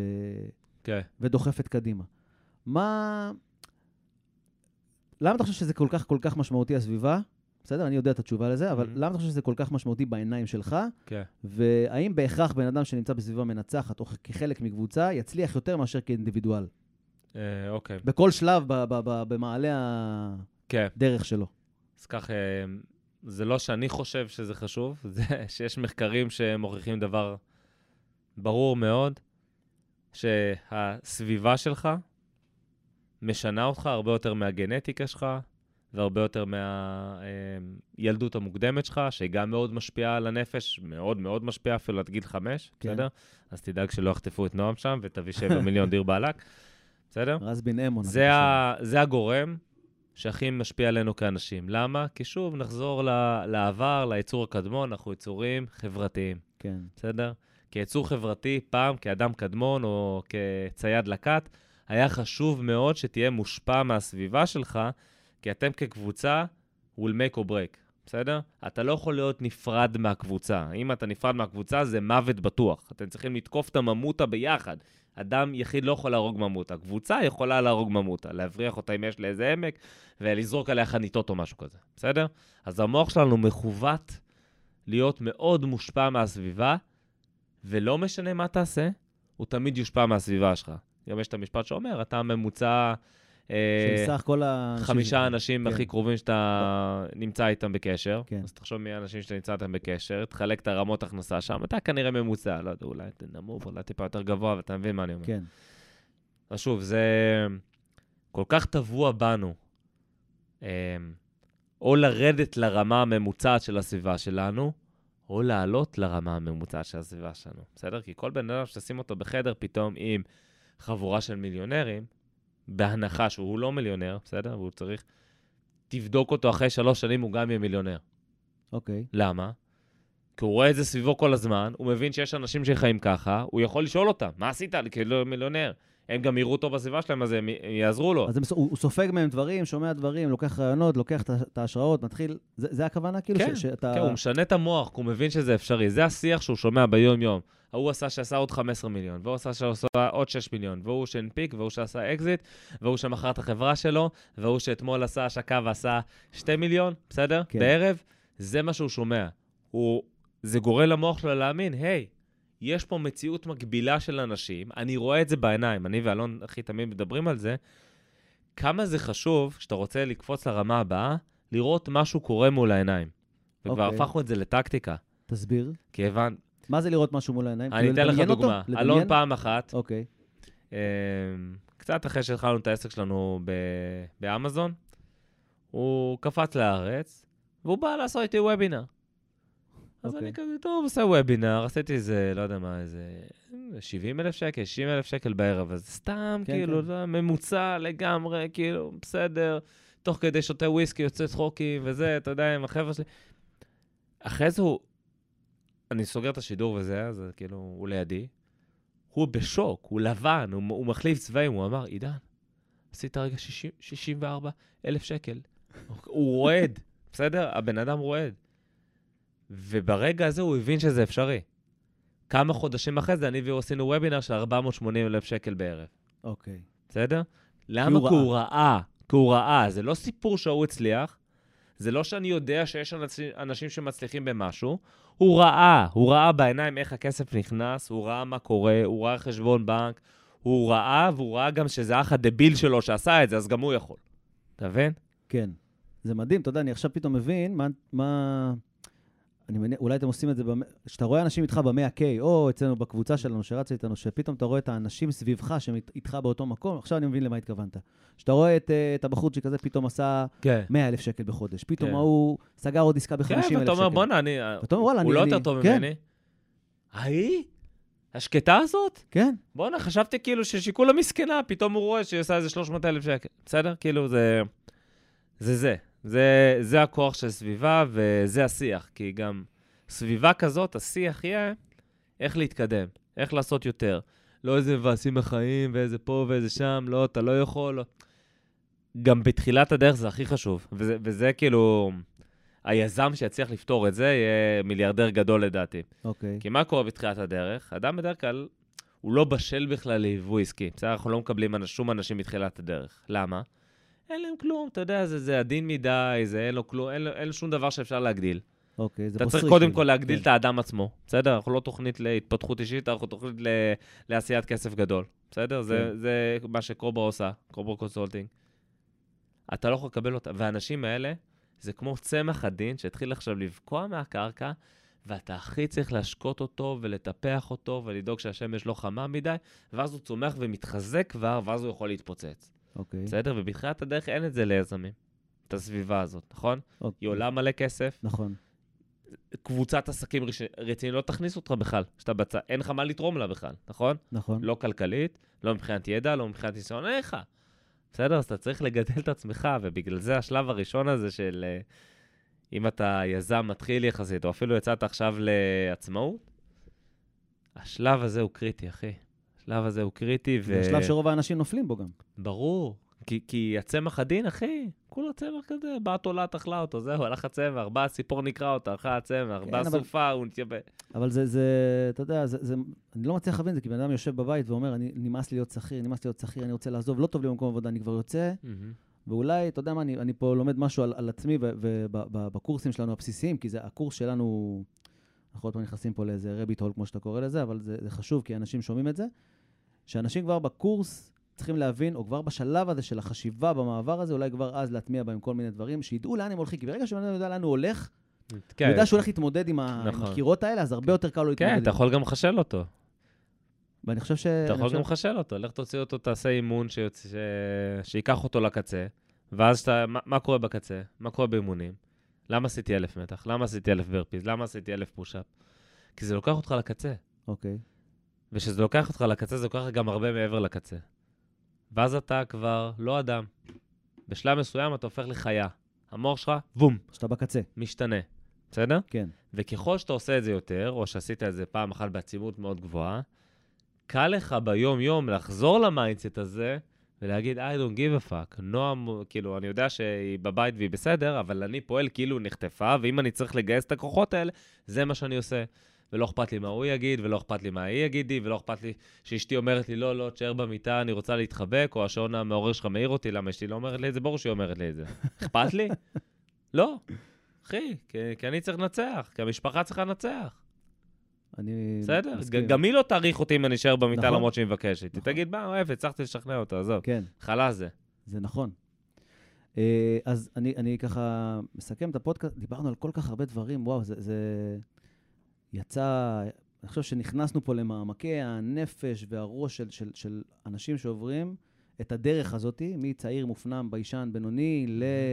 ודוחפת קדימה. למה אתה חושב שזה כל כך משמעותי הסביבה? בסדר, אני יודע את התשובה לזה, אבל למה אתה חושב שזה כל כך משמעותי בעיניים שלך? והאם בהכרח בן אדם שנמצא בסביבה מנצחת או כחלק מקבוצה יצליח יותר מאשר כאינדיבידואל? אוקיי. בכל שלב במעלה הדרך שלו. אז כך, זה לא שאני חושב שזה חשוב, זה שיש מחקרים שמוכיחים דבר ברור מאוד, שהסביבה שלך משנה אותך הרבה יותר מהגנטיקה שלך, והרבה יותר מהילדות המוקדמת שלך, שהיא גם מאוד משפיעה על הנפש, מאוד מאוד משפיעה אפילו עד גיל 5, בסדר? אז תדאג שלא יחטפו את נועם שם, ותביא 7 מיליון דיר בעלק, בסדר? רז בן אמון. זה הגורם שהכי משפיע עלינו כאנשים. למה? כי שוב, נחזור לעבר, ליצור הקדמון, אנחנו יצורים חברתיים. כן. בסדר? כיצור חברתי, פעם, כאדם קדמון או כצייד לקט, היה חשוב מאוד שתהיה מושפע מהסביבה שלך, כי אתם כקבוצה will make or break, בסדר? אתה לא יכול להיות נפרד מהקבוצה. אם אתה נפרד מהקבוצה, זה מוות בטוח. אתם צריכים לתקוף את הממוטה ביחד. אדם יחיד לא יכול להרוג ממוטה. קבוצה יכולה להרוג ממוטה, להבריח אותה אם יש לאיזה עמק, ולזרוק עליה חניתות או משהו כזה, בסדר? אז המוח שלנו מכוות להיות מאוד מושפע מהסביבה, ולא משנה מה תעשה, הוא תמיד יושפע מהסביבה שלך. גם יש את המשפט שאומר, אתה ממוצע סך כל האנשים... 5 אנשים כן. הכי קרובים שאתה נמצא איתם בקשר. כן. אז תחשוב מי האנשים שאתה נמצא איתם בקשר, תחלק את הרמות הכנסה שם, אתה כנראה ממוצע, לא יודע, אולי נמוך, אולי טיפה יותר גבוה, ואתה מבין מה אני אומר. כן. אז שוב, זה כל כך טבוע בנו, או לרדת לרמה הממוצעת של הסביבה שלנו, או לעלות לרמה הממוצעת של הסביבה שלנו, בסדר? כי כל בן אדם שתשים אותו בחדר פתאום עם חבורה של מיליונרים, בהנחה שהוא לא מיליונר, בסדר? והוא צריך, תבדוק אותו אחרי 3 שנים, הוא גם יהיה מיליונר. אוקיי. למה? כי הוא רואה את זה סביבו כל הזמן, הוא מבין שיש אנשים שחיים ככה, הוא יכול לשאול אותם, מה עשית? כי לא מיליונר. הם גם יראו אותו בסביבה שלהם, אז הם יעזרו לו. אז הוא סופג מהם דברים, שומע דברים, לוקח רעיונות, לוקח את ההשראות, מתחיל... זה הכוונה כאילו כן, שאתה... כן, הוא משנה את המוח, הוא מבין שזה אפשרי. זה השיח שהוא שומע ביום-יום. הוא שעשה עוד 15 מיליון, והוא שעשה עוד 6 מיליון, והוא שהנפיק, והוא שעשה אקזיט, והוא שמכר את החברה שלו, והוא שאתמול עשה השקה ועשה 2 מיליון, בסדר? כן. בערב, זה מה שהוא שומע. זה גורם למוח שלו להאמין, היי, יש פה מציאות מקבילה של אנשים, אני רואה את זה בעיניים, אני ואלון הכי תמיד מדברים על זה, כמה זה חשוב, שאתה רוצה לקפוץ לרמה הבאה, לראות משהו קורה מול העיניים. וכבר הפכנו את זה לטקטיקה. תסביר. כי הבנת... מה זה לראות משהו מול העיניים? אני אתן לך דוגמה. אלון פעם אחת, אוקיי. קצת אחרי שהתחלנו את העסק שלנו באמזון, הוא קפץ לארץ, והוא בא לעשות איתי וובינר. אז אני כזה, טוב, עושה וובינר, עשיתי איזה, לא יודע מה, איזה 70,000 שקל, 60,000 שקל בערב, אז סתם, כאילו, ממוצע לגמרי, כאילו, בסדר, תוך כדי שותה וויסקי, יוצא צחוקים וזה, אתה יודע, עם החבר'ה שלי. אחרי זה אני סוגר את השידור וזה, אז כאילו, הוא לידי, הוא בשוק, הוא לבן, הוא מחליף צבעים, הוא אמר, עידן, עשית רגע 64,000 שקל. הוא רועד, בסדר? הבן אדם רועד. וברגע הזה הוא הבין שזה אפשרי. כמה חודשים אחרי זה, אני והוא עשינו וובינר של 480,000 שקל בערב. אוקיי. בסדר? למה? כי הוא ראה. כי הוא ראה. זה לא סיפור שהוא הצליח, זה לא שאני יודע שיש אנשים שמצליחים במשהו, הוא ראה בעיניים איך הכסף נכנס, הוא ראה מה קורה, הוא ראה חשבון בנק, הוא ראה, והוא ראה גם שזה אח הדביל שלו שעשה את זה, אז גם הוא יכול. אתה מבין? כן. זה מדהים, אתה יודע, אני עכשיו פתאום מבין מה... אני מניח, אולי אתם עושים את זה, שאתה רואה אנשים איתך ב100K, או אצלנו בקבוצה שלנו שרצה איתנו, שפתאום אתה רואה את האנשים סביבך שהם איתך באותו מקום, עכשיו אני מבין למה התכוונת. שאתה רואה את הבחור שכזה פתאום עשה 100,000 שקל בחודש, פתאום הוא סגר עוד עסקה ב50,000 שקל. כן, ואתה אומר, בונה, הוא לא יותר טוב ממני. השקטה הזאת? כן. בונה, חשבתי כאילו ששיקולה מסכנה, פתאום הוא רואה שהיא עושה איזה 300,000 שקל. בסדר? כאילו זה. זה הכוח של סביבה, וזה השיח, כי גם סביבה כזאת, השיח יהיה איך להתקדם, איך לעשות יותר. לא איזה מבאסים החיים, ואיזה פה ואיזה שם, לא, אתה לא יכול. לא. גם בתחילת הדרך זה הכי חשוב, וזה כאילו, היזם שיצליח לפתור את זה, יהיה מיליארדר גדול לדעתי. אוקיי. כי מה קורה בתחילת הדרך? אדם בדרך כלל, הוא לא בשל בכלל ליבוא עסקי. בסדר, אנחנו לא מקבלים שום אנשים בתחילת הדרך. למה? אין להם כלום, אתה יודע, זה עדין מדי, זה אין לו כלום, אין לו שום דבר שאפשר להגדיל. אוקיי, זה אתה צריך קודם כל להגדיל את האדם עצמו, בסדר? אנחנו לא תוכנית להתפתחות אישית, אנחנו תוכנית לעשיית כסף גדול, בסדר? זה מה שקוברה עושה, קוברה קונסולטינג. אתה לא יכול לקבל אותה, והאנשים האלה, זה כמו צמח עדין שהתחיל עכשיו לבקוע מהקרקע, ואתה הכי צריך להשקות אותו ולטפח אותו ולדאוג שהשמש לא חמה מדי, ואז הוא צומח ומתחזק כבר, ואז הוא יכול להתפוצץ. אוקיי. בסדר? ובתחילת הדרך אין את זה ליזמים, את הסביבה הזאת, נכון? היא עולה מלא כסף. נכון. קבוצת עסקים רצינית לא תכניס אותך בכלל, שאתה בצד, אין לך מה לתרום לה בכלל, נכון? נכון. לא כלכלית, לא מבחינת ידע, לא מבחינת ניסיון, אין לך. בסדר? אז אתה צריך לגדל את עצמך, ובגלל זה השלב הראשון הזה של אם אתה יזם מתחיל יחסית, או אפילו יצאת עכשיו לעצמאות, השלב הזה הוא קריטי, אחי. השלב הזה הוא קריטי. זה השלב שרוב האנשים נופלים בו גם. ברור. כי הצמח הדין, אחי, כולו צמח כזה, באה תולה, תאכלה אותו, זהו, הלך הצמח, באה ציפור נקרא אותה, הלכה הצמח, באה סופה, הוא נתייבא. אבל זה, אתה יודע, אני לא מצליח להבין את זה, כי בן אדם יושב בבית ואומר, נמאס לי להיות שכיר, אני רוצה לעזוב, לא טוב לי במקום עבודה, אני כבר יוצא, ואולי, אתה יודע מה, אני פה לומד משהו על עצמי, ובקורסים שלנו הבסיסיים, כי זה הקורס שלנו, אנחנו עוד פעם נכנסים פה לאיזה רביט הול, כמו שאתה קורא לזה, אבל זה חשוב, כי אנשים שומעים את זה, שאנשים כבר בקורס צריכים להבין, או כבר בשלב הזה של החשיבה במעבר הזה, אולי כבר אז להטמיע בהם כל מיני דברים, שידעו לאן הם הולכים, כי ברגע שבן אדם יודע לאן הוא הולך, הוא יודע שהוא הולך להתמודד עם הקירות האלה, אז הרבה יותר קל לו להתמודד. כן, אתה יכול גם לחשל אותו. ואני חושב ש... אתה יכול גם לחשל אותו, לך תוציא אותו, תעשה אימון שיקח אותו לקצה, ואז מה קורה בקצה? מה קורה באימונים? למה עשיתי 1,000 מתח? למה עשיתי 1,000 ברפיז? למה עשיתי 1,000 פושאפ? כי זה לוקח אותך לקצה. אוקיי. ושזה לוקח אותך לקצה, זה לוקח גם הרבה מעבר לקצה. ואז אתה כבר לא אדם. בשלב מסוים אתה הופך לחיה. המוח שלך, בום. שאתה בקצה. משתנה. בסדר? כן. וככל שאתה עושה את זה יותר, או שעשית את זה פעם אחת בעצימות מאוד גבוהה, קל לך ביום-יום לחזור למיינדסט הזה, ולהגיד, I don't give a fuck. נועם, כאילו, אני יודע שהיא בבית והיא בסדר, אבל אני פועל כאילו נחטפה, ואם אני צריך לגייס את הכוחות האלה, זה מה שאני עושה. ולא אכפת לי מה הוא יגיד, ולא אכפת לי מה היא יגידי, ולא אכפת לי שאשתי אומרת לי, לא, תשאר במיטה, אני רוצה להתחבק, או השעון המעורר שלך מעיר אותי, למה אשתי לא אומרת לי את זה? ברור שהיא אומרת לי את זה. אכפת לי? לא. אחי, כי אני צריך לנצח, כי המשפחה צריכה לנצח. בסדר? גם היא לא תאריך אותי אם אני אשאר במיטה למרות שהיא מבקשת. תגיד, מה, אוהב, הצלחתי לשכנע אותה, עזוב. כן. חלה זה. זה נכון. אז אני ככה מסכם את הפודקאסט, דיברנו על כל כך הרבה דברים, וואו, זה יצא, אני חושב שנכנסנו פה למעמקי הנפש והראש של אנשים שעוברים את הדרך הזאת, מצעיר מופנם, ביישן, בינוני,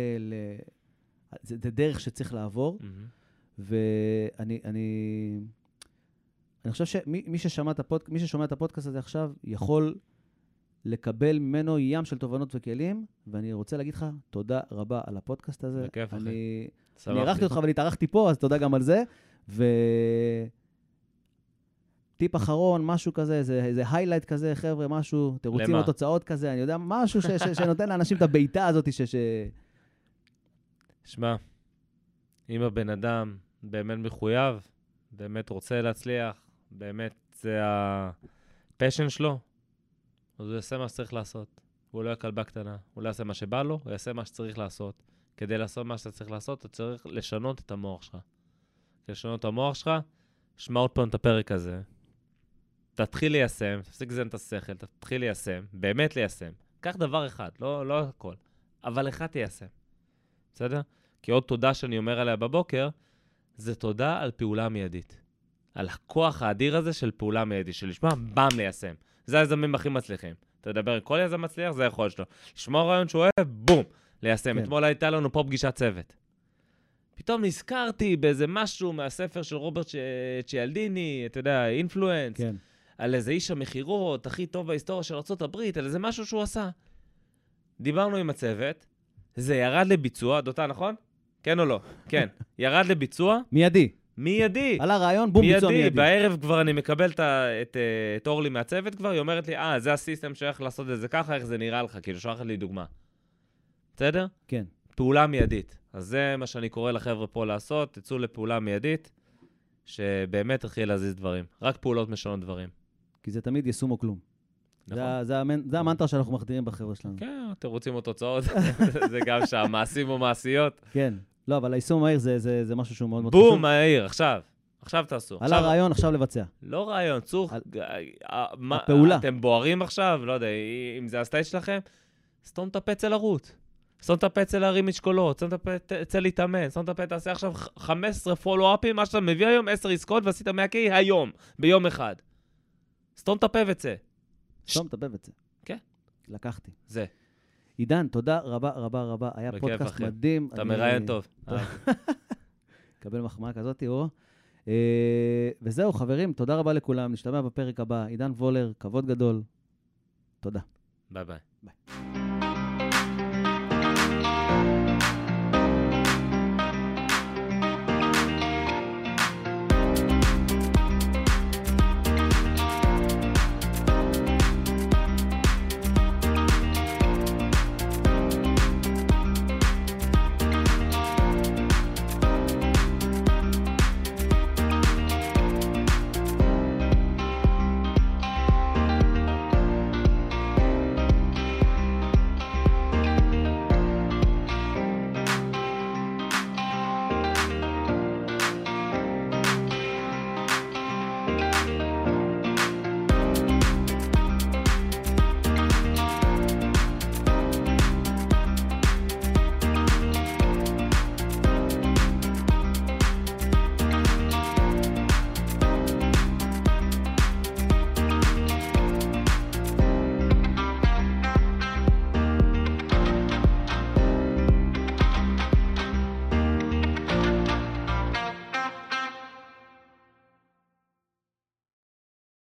זה דרך שצריך לעבור, ואני חושב שמי ששומע את הפודקאסט הזה עכשיו, יכול לקבל ממנו ים של תובנות וכלים, ואני רוצה להגיד לך, תודה רבה על הפודקאסט הזה. בכיף, אחי. אני ערכתי אותך ואני התארחתי פה, אז תודה גם על זה. וטיפ אחרון, משהו כזה, איזה היילייט כזה, חבר'ה, משהו, תירוצים או תוצאות כזה, אני יודע, משהו שנותן לאנשים את הביתה הזאת שמע, אם הבן אדם באמת מחויב, באמת רוצה להצליח, באמת זה הפשן שלו, אז הוא יעשה מה שצריך לעשות. הוא לא יקל בקטנה, הוא לא יעשה מה שבא לו, הוא יעשה מה שצריך לעשות. כדי לעשות מה שאתה צריך לעשות, אתה צריך לשנות את המוח שלך. כדי לשנות את המוח שלך, שמע עוד פעם את הפרק הזה. תתחיל ליישם, תפסיק לזיין את השכל, תתחיל ליישם, באמת ליישם. קח דבר אחד, לא הכל, אבל אחד תיישם. בסדר? כי עוד תודה שאני אומר עליה בבוקר, זה תודה על פעולה מיידית. על הכוח האדיר הזה של פעולה מיידית, של לשמוע בם ליישם. זה היזמים הכי מצליחים. אתה מדבר עם כל יזם מצליח, זה יכול שלו. לשמוע רעיון שהוא אוהב, בום, ליישם. כן. אתמול הייתה לנו פה פגישת צוות. פתאום נזכרתי באיזה משהו מהספר של רוברט צ'יאלדיני, אתה יודע, אינפלואנס, כן. על איזה איש המחירות הכי טוב בהיסטוריה של ארצות הברית, על איזה משהו שהוא עשה. דיברנו עם הצוות, זה ירד לביצוע, דותה, נכון? כן או לא? כן. ירד לביצוע. מיידי. על הרעיון, בום, ביצוע מיידי. בערב כבר אני מקבל את אורלי מהצוות כבר, היא אומרת לי, זה הסיסטם שאיך לעשות את זה ככה, איך זה נראה לך, כאילו שולחת לי דוגמה. בסדר? כן. פעולה מיידית. אז זה מה שאני קורא לחבר'ה פה לעשות, תצאו לפעולה מיידית, שבאמת תתחיל להזיז דברים. רק פעולות משנות דברים. כי זה תמיד יישום או כלום. נכון. זה המנטרה שאנחנו מחדירים בחבר'ה שלנו. כן, אתם רוצים עוד תוצאות, זה גם שהמעשים או מעשיות. כן. לא, אבל היישום מהיר זה משהו שהוא מאוד מאוד חשוב. בום, מהיר, עכשיו תעשו. על הרעיון, עכשיו לבצע. לא רעיון, צוך. הפעולה. אתם בוערים עכשיו, לא יודע, אם זה הסטייט שלכם, סתום את הפה אצל לרוץ. סתום את הפה אצל להרים משקולות, סתום את הפה אצל להתאמן, סתום את הפה, תעשה עכשיו 15 פולו-אפים, מה שאתה מביא היום, 10 עסקות, ועשית 100K היום, ביום אחד. סתום את הפה וצא. סתום את הפה וצא. כן. לקחתי. זה. עידן, תודה רבה רבה רבה. היה פודקאסט מדהים. אתה מראיין טוב. קבל מחמאה כזאת, אורו. וזהו, חברים, תודה רבה לכולם. נשתמע בפרק הבא. עידן וולר, כבוד גדול. תודה. ביי ביי. ביי.